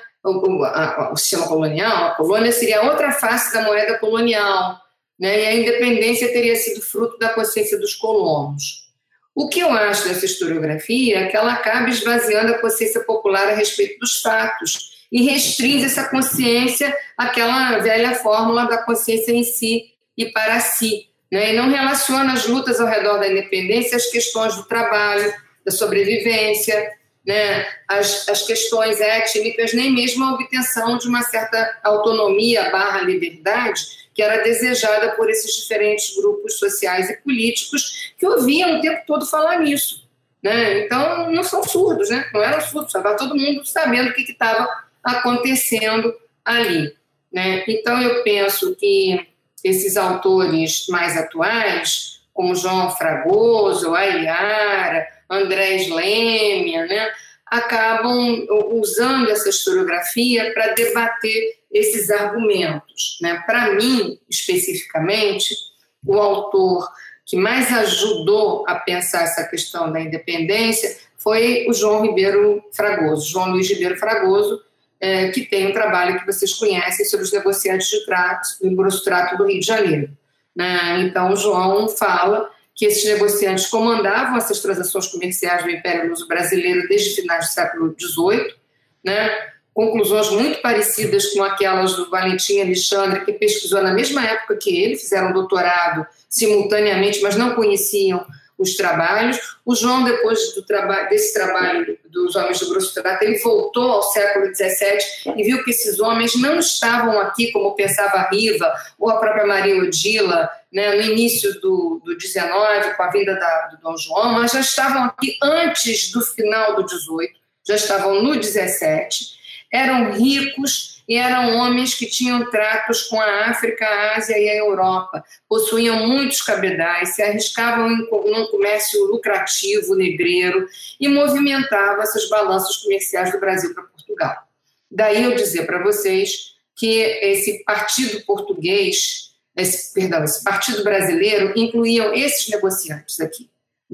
o sistema colonial, a colônia seria outra face da moeda colonial, né, e a independência teria sido fruto da consciência dos colonos. O que eu acho dessa historiografia é que ela acaba esvaziando a consciência popular a respeito dos fatos e restringe essa consciência àquela velha fórmula da consciência em si e para si, né, e não relaciona as lutas ao redor da independência às questões do trabalho, da sobrevivência, né, as questões étnicas, nem mesmo a obtenção de uma certa autonomia / liberdade que era desejada por esses diferentes grupos sociais e políticos que ouviam o tempo todo falar nisso, né? Então, não são surdos, né? Não eram surdos, estava todo mundo sabendo o que estava acontecendo ali, né? Então, eu penso que esses autores mais atuais, como João Fragoso, Ailiara, Andrés Lemia, né, acabam usando essa historiografia para debater esses argumentos, né? Para mim, especificamente, o autor que mais ajudou a pensar essa questão da independência foi o João Luiz Ribeiro Fragoso, que tem um trabalho que vocês conhecem sobre os negociantes de trato, do grosso trato do Rio de Janeiro, né? Então, o João fala que esses negociantes comandavam essas transações comerciais do Império Luso brasileiro desde finais do século XVIII, né? Conclusões muito parecidas com aquelas do Valentim Alexandre, que pesquisou na mesma época que ele, fizeram doutorado simultaneamente, mas não conheciam os trabalhos. O João, depois desse trabalho dos homens do grosso trato, ele voltou ao século XVII e viu que esses homens não estavam aqui, como pensava Riva ou a própria Maria Odila, né, no início do XIX, com a vinda do Dom João, mas já estavam aqui antes do final do XVIII, já estavam no XVII, eram ricos e eram homens que tinham tratos com a África, a Ásia e a Europa, possuíam muitos cabedais, se arriscavam num comércio lucrativo, negreiro, e movimentavam essas balanças comerciais do Brasil para Portugal. Daí eu dizer para vocês que esse partido português, esse partido brasileiro, incluíam esses negociantes aqui,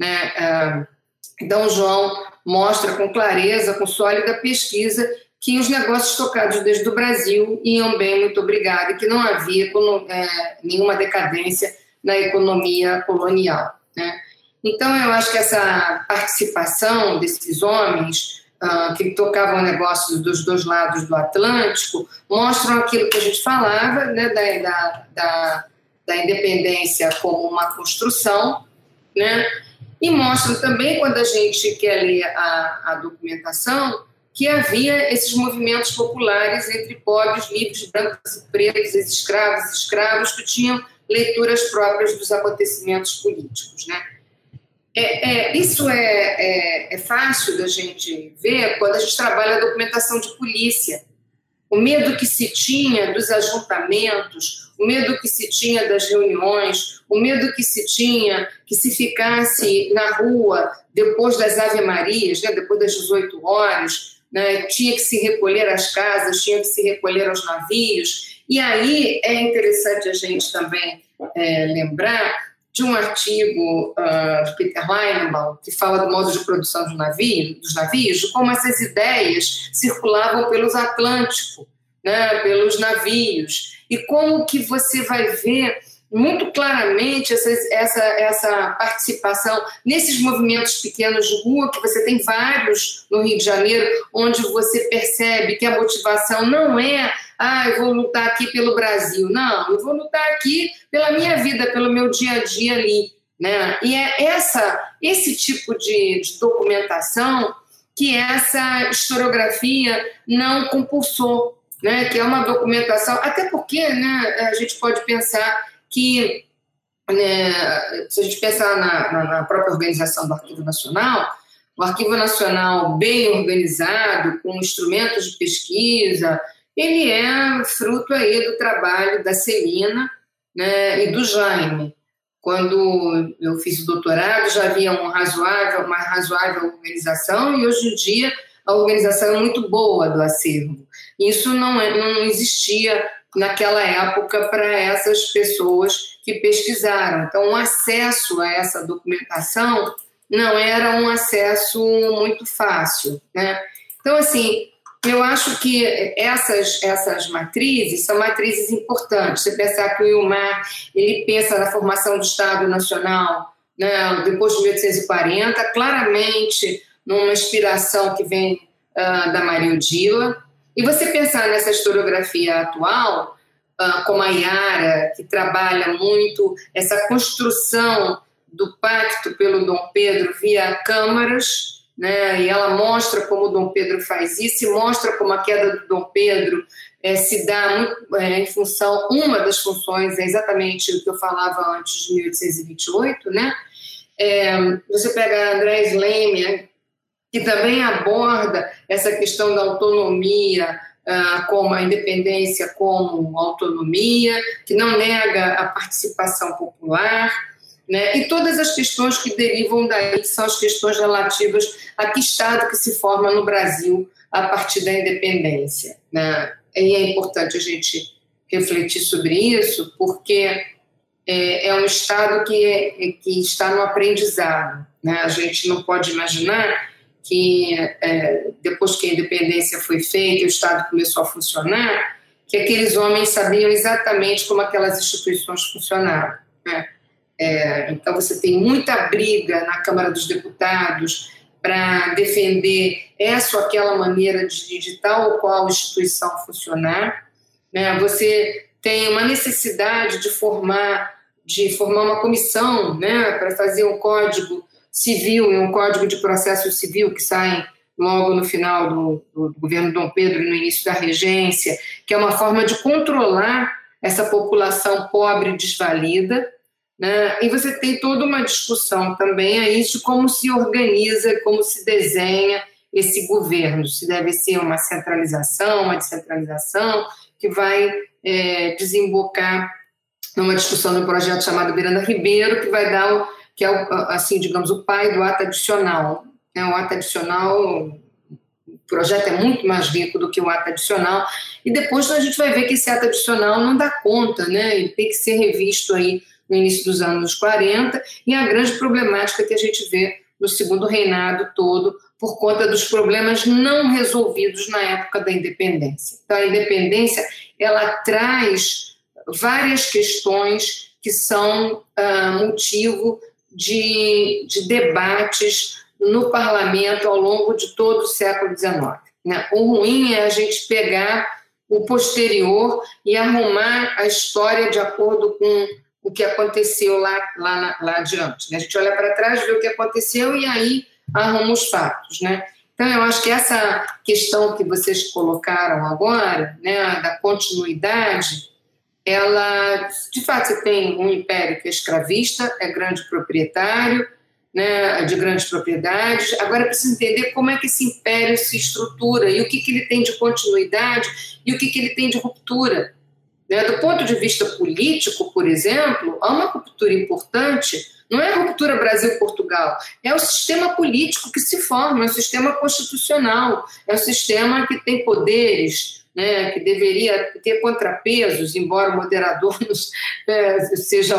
né? Então, o João mostra com clareza, com sólida pesquisa, que os negócios tocados desde o Brasil iam bem, muito obrigada, e que não havia nenhuma decadência na economia colonial, né? Então, eu acho que essa participação desses homens que tocavam negócios dos dois lados do Atlântico mostram aquilo que a gente falava, né, da independência como uma construção, né? E mostram também, quando a gente quer ler a documentação, que havia esses movimentos populares entre pobres, livres, brancos e pretos, escravos que tinham leituras próprias dos acontecimentos políticos, né? Isso é fácil da gente ver quando a gente trabalha a documentação de polícia. O medo que se tinha dos ajuntamentos, o medo que se tinha das reuniões, o medo que se tinha que se ficasse na rua depois das Ave-Marias, né, depois das 18 horas, né, tinha que se recolher às casas, tinha que se recolher aos navios. E aí é interessante a gente também lembrar de um artigo de Peter Leinenbaum, que fala do modo de produção dos navios, de como essas ideias circulavam pelos Atlânticos, né, pelos navios, e como que você vai ver muito claramente essa participação nesses movimentos pequenos de rua, que você tem vários no Rio de Janeiro, onde você percebe que a motivação não é eu vou lutar aqui pelo Brasil. Não, eu vou lutar aqui pela minha vida, pelo meu dia a dia ali, né? E é esse tipo de documentação que essa historiografia não compulsou, né? Que é uma documentação, até porque, né, a gente pode pensar que, né, se a gente pensar na própria organização do Arquivo Nacional, o Arquivo Nacional bem organizado, com instrumentos de pesquisa, ele é fruto aí do trabalho da Celina, né, e do Jaime. Quando eu fiz o doutorado, já havia uma razoável organização, e hoje em dia a organização é muito boa do acervo. Isso não existia naquela época para essas pessoas que pesquisaram. Então, o acesso a essa documentação não era um acesso muito fácil, né? Então, assim, eu acho que essas matrizes são matrizes importantes. Você pensar que o Ilmar, ele pensa na formação do Estado Nacional, né, depois de 1840, claramente numa inspiração que vem da Maria Udila. E você pensar nessa historiografia atual, como a Yara, que trabalha muito essa construção do pacto pelo Dom Pedro via câmaras, né? E ela mostra como o Dom Pedro faz isso, e mostra como a queda do Dom Pedro se dá muito, em função, uma das funções é exatamente o que eu falava antes de 1828, né? Você pega André Slemmer, que também aborda essa questão da autonomia, como a independência como autonomia, que não nega a participação popular, né? E todas as questões que derivam daí, que são as questões relativas a que Estado que se forma no Brasil a partir da independência, né? E é importante a gente refletir sobre isso, porque é um Estado que está no aprendizado, né? A gente não pode imaginar que depois que a independência foi feita, o Estado começou a funcionar, que aqueles homens sabiam exatamente como aquelas instituições funcionavam, né? Então você tem muita briga na Câmara dos Deputados para defender essa ou aquela maneira de tal ou qual instituição funcionar, né? Você tem uma necessidade de formar uma comissão, né, para fazer um código civil e um código de processo civil que saem logo no final do governo Dom Pedro e no início da regência, que é uma forma de controlar essa população pobre e desvalida, né? E você tem toda uma discussão também aí de como se organiza, como se desenha esse governo, se deve ser uma centralização, uma descentralização, que vai desembocar numa discussão de um projeto chamado Miranda Ribeiro, que vai dar que é, assim, digamos, o pai do ato adicional. O ato adicional, o projeto é muito mais rico do que o ato adicional, e depois a gente vai ver que esse ato adicional não dá conta, né? Ele tem que ser revisto aí no início dos anos 40, e a grande problemática que a gente vê no segundo reinado todo, por conta dos problemas não resolvidos na época da independência. Então, a independência, ela traz várias questões que são motivo de debates no parlamento ao longo de todo o século XIX. Né? O ruim é a gente pegar o posterior e arrumar a história de acordo com o que aconteceu lá adiante. Né? A gente olha para trás, vê o que aconteceu e aí arruma os fatos. Né? Então, eu acho que essa questão que vocês colocaram agora, né, da continuidade, ela, de fato, você tem um império que é escravista, é grande proprietário, né, de grandes propriedades. Agora, precisa entender como é que esse império se estrutura e o que ele tem de continuidade e o que ele tem de ruptura. Né? Do ponto de vista político, por exemplo, há uma ruptura importante, não é a ruptura Brasil-Portugal, é o sistema político que se forma, é o sistema constitucional, é o sistema que tem poderes, né, que deveria ter contrapesos, embora o moderador seja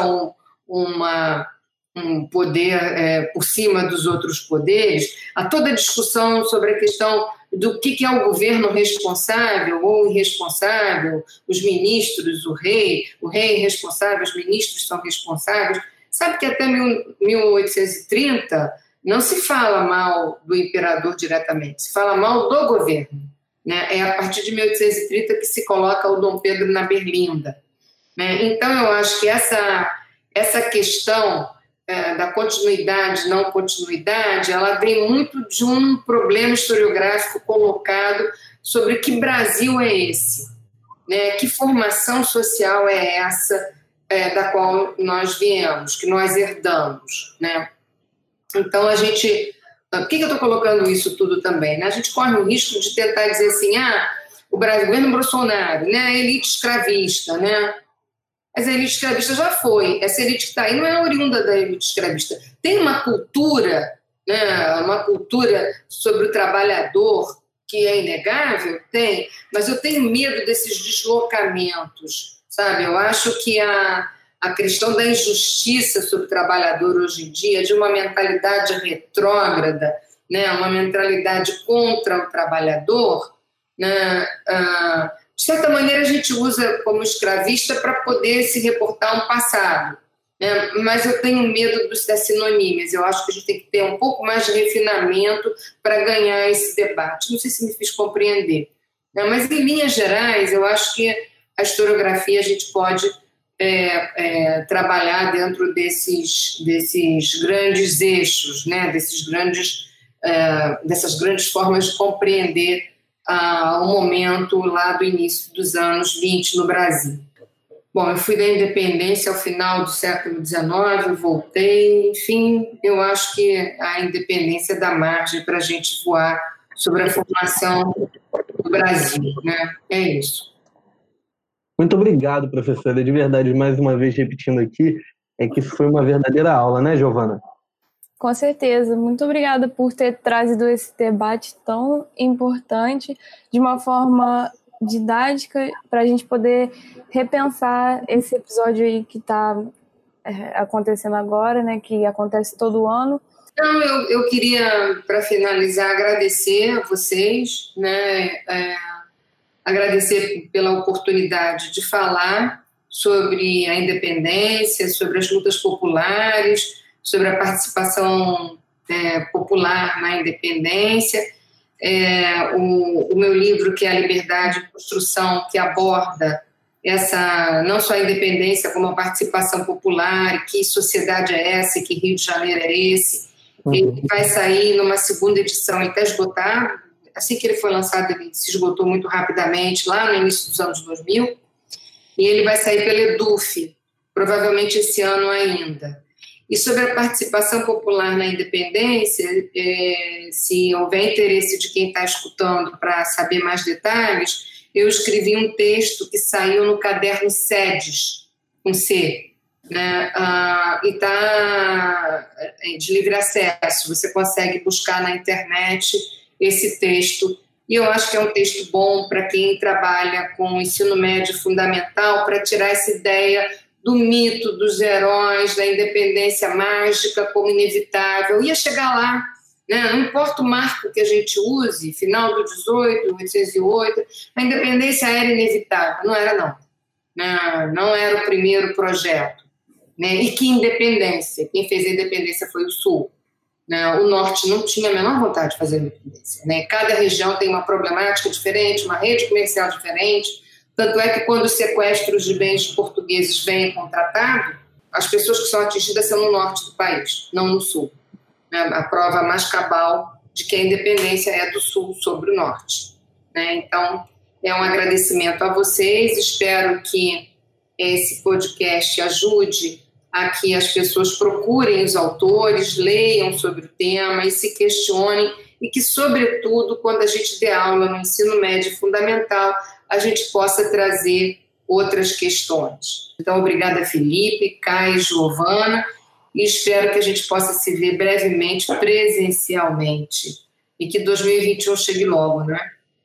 um poder por cima dos outros poderes. Há toda a discussão sobre a questão do que é o governo responsável ou irresponsável, os ministros, o rei é responsável, os ministros são responsáveis. Sabe que até 1830 não se fala mal do imperador diretamente, se fala mal do governo. Né? É a partir de 1830 que se coloca o Dom Pedro na berlinda. Né? Então, eu acho que essa questão da continuidade, não continuidade, ela vem muito de um problema historiográfico colocado sobre que Brasil é esse, né? Que formação social é essa da qual nós viemos, que nós herdamos. Né? Então, a gente... Por que eu estou colocando isso tudo também? Né? A gente corre o risco de tentar dizer assim, o governo Bolsonaro, né, a elite escravista, né? Mas a elite escravista já foi. Essa elite que está aí não é oriunda da elite escravista. Tem uma cultura, né, uma cultura sobre o trabalhador que é inegável? Tem, mas eu tenho medo desses deslocamentos, sabe? Eu acho que a questão da injustiça sobre o trabalhador hoje em dia, de uma mentalidade retrógrada, né, uma mentalidade contra o trabalhador, né, de certa maneira a gente usa como escravista para poder se reportar a um passado, né, mas eu tenho medo das sinonímias. Eu acho que a gente tem que ter um pouco mais de refinamento para ganhar esse debate. Não sei se me fiz compreender, né, mas em linhas gerais eu acho que a historiografia a gente pode trabalhar dentro desses grandes eixos, né, dessas grandes formas de compreender o momento lá do início dos anos 20 no Brasil. Bom, eu fui da independência ao final do século XIX, voltei, enfim, eu acho que a independência dá margem para a gente voar sobre a formação do Brasil, né? É isso. Muito obrigado, professora. De verdade, mais uma vez repetindo aqui, que isso foi uma verdadeira aula, né, Giovana? Com certeza. Muito obrigada por ter trazido esse debate tão importante de uma forma didática para a gente poder repensar esse episódio aí que está acontecendo agora, né, que acontece todo ano. Então, eu queria, para finalizar, agradecer a vocês, né, agradecer pela oportunidade de falar sobre a independência, sobre as lutas populares, sobre a participação popular na independência. O meu livro, que é A Liberdade e Construção, que aborda não só a independência, como a participação popular, que sociedade é essa, e que Rio de Janeiro é esse. Ele vai sair numa segunda edição, ele está esgotado. Assim que ele foi lançado, ele se esgotou muito rapidamente, lá no início dos anos 2000, e ele vai sair pela EDUF, provavelmente esse ano ainda. E sobre a participação popular na independência, se houver interesse de quem está escutando para saber mais detalhes, eu escrevi um texto que saiu no caderno SEDES, com C, né? E está de livre acesso, você consegue buscar na internet esse texto, e eu acho que é um texto bom para quem trabalha com o ensino médio fundamental, para tirar essa ideia do mito dos heróis, da independência mágica como inevitável. Ia chegar lá, né? Não importa o marco que a gente use, final do 18, 1808, a independência era inevitável. Não era, não. Não era o primeiro projeto, né? E que independência? Quem fez a independência foi o Sul. O Norte não tinha a menor vontade de fazer independência, né? Cada região tem uma problemática diferente, uma rede comercial diferente. Tanto é que quando os sequestros de bens portugueses vêm com tratado, as pessoas que são atingidas são no norte do país, não no sul. A prova mais cabal de que a independência é do sul sobre o norte. Então, é um agradecimento a vocês. Espero que esse podcast ajude a que as pessoas procurem os autores, leiam sobre o tema e se questionem, e que, sobretudo, quando a gente dê aula no ensino médio fundamental, a gente possa trazer outras questões. Então, obrigada, Felipe, Caio, Giovana, e espero que a gente possa se ver brevemente presencialmente e que 2021 chegue logo, né?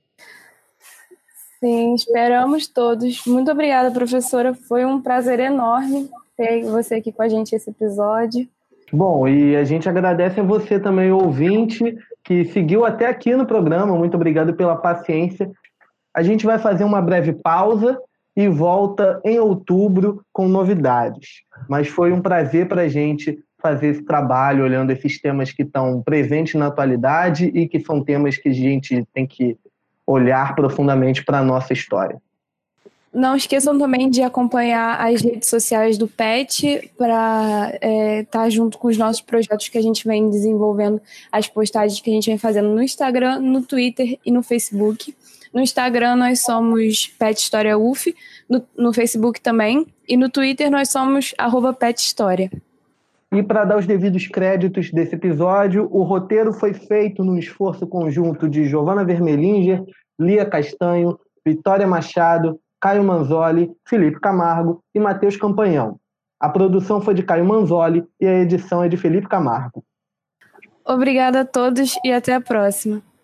Sim, esperamos todos. Muito obrigada, professora. Foi um prazer enorme ter você aqui com a gente esse episódio. Bom, e a gente agradece a você também, ouvinte, que seguiu até aqui no programa. Muito obrigado pela paciência. A gente vai fazer uma breve pausa e volta em outubro com novidades. Mas foi um prazer para a gente fazer esse trabalho, olhando esses temas que estão presentes na atualidade e que são temas que a gente tem que olhar profundamente para a nossa história. Não esqueçam também de acompanhar as redes sociais do PET para estar junto com os nossos projetos que a gente vem desenvolvendo, as postagens que a gente vem fazendo no Instagram, no Twitter e no Facebook. No Instagram nós somos PET História UF, no Facebook também, e no Twitter nós somos @PetHistória. E para dar os devidos créditos desse episódio, o roteiro foi feito num esforço conjunto de Giovana Vermelinger, Lia Castanho, Vitória Machado, Caio Manzoli, Felipe Camargo e Matheus Campanhão. A produção foi de Caio Manzoli e a edição é de Felipe Camargo. Obrigada a todos e até a próxima.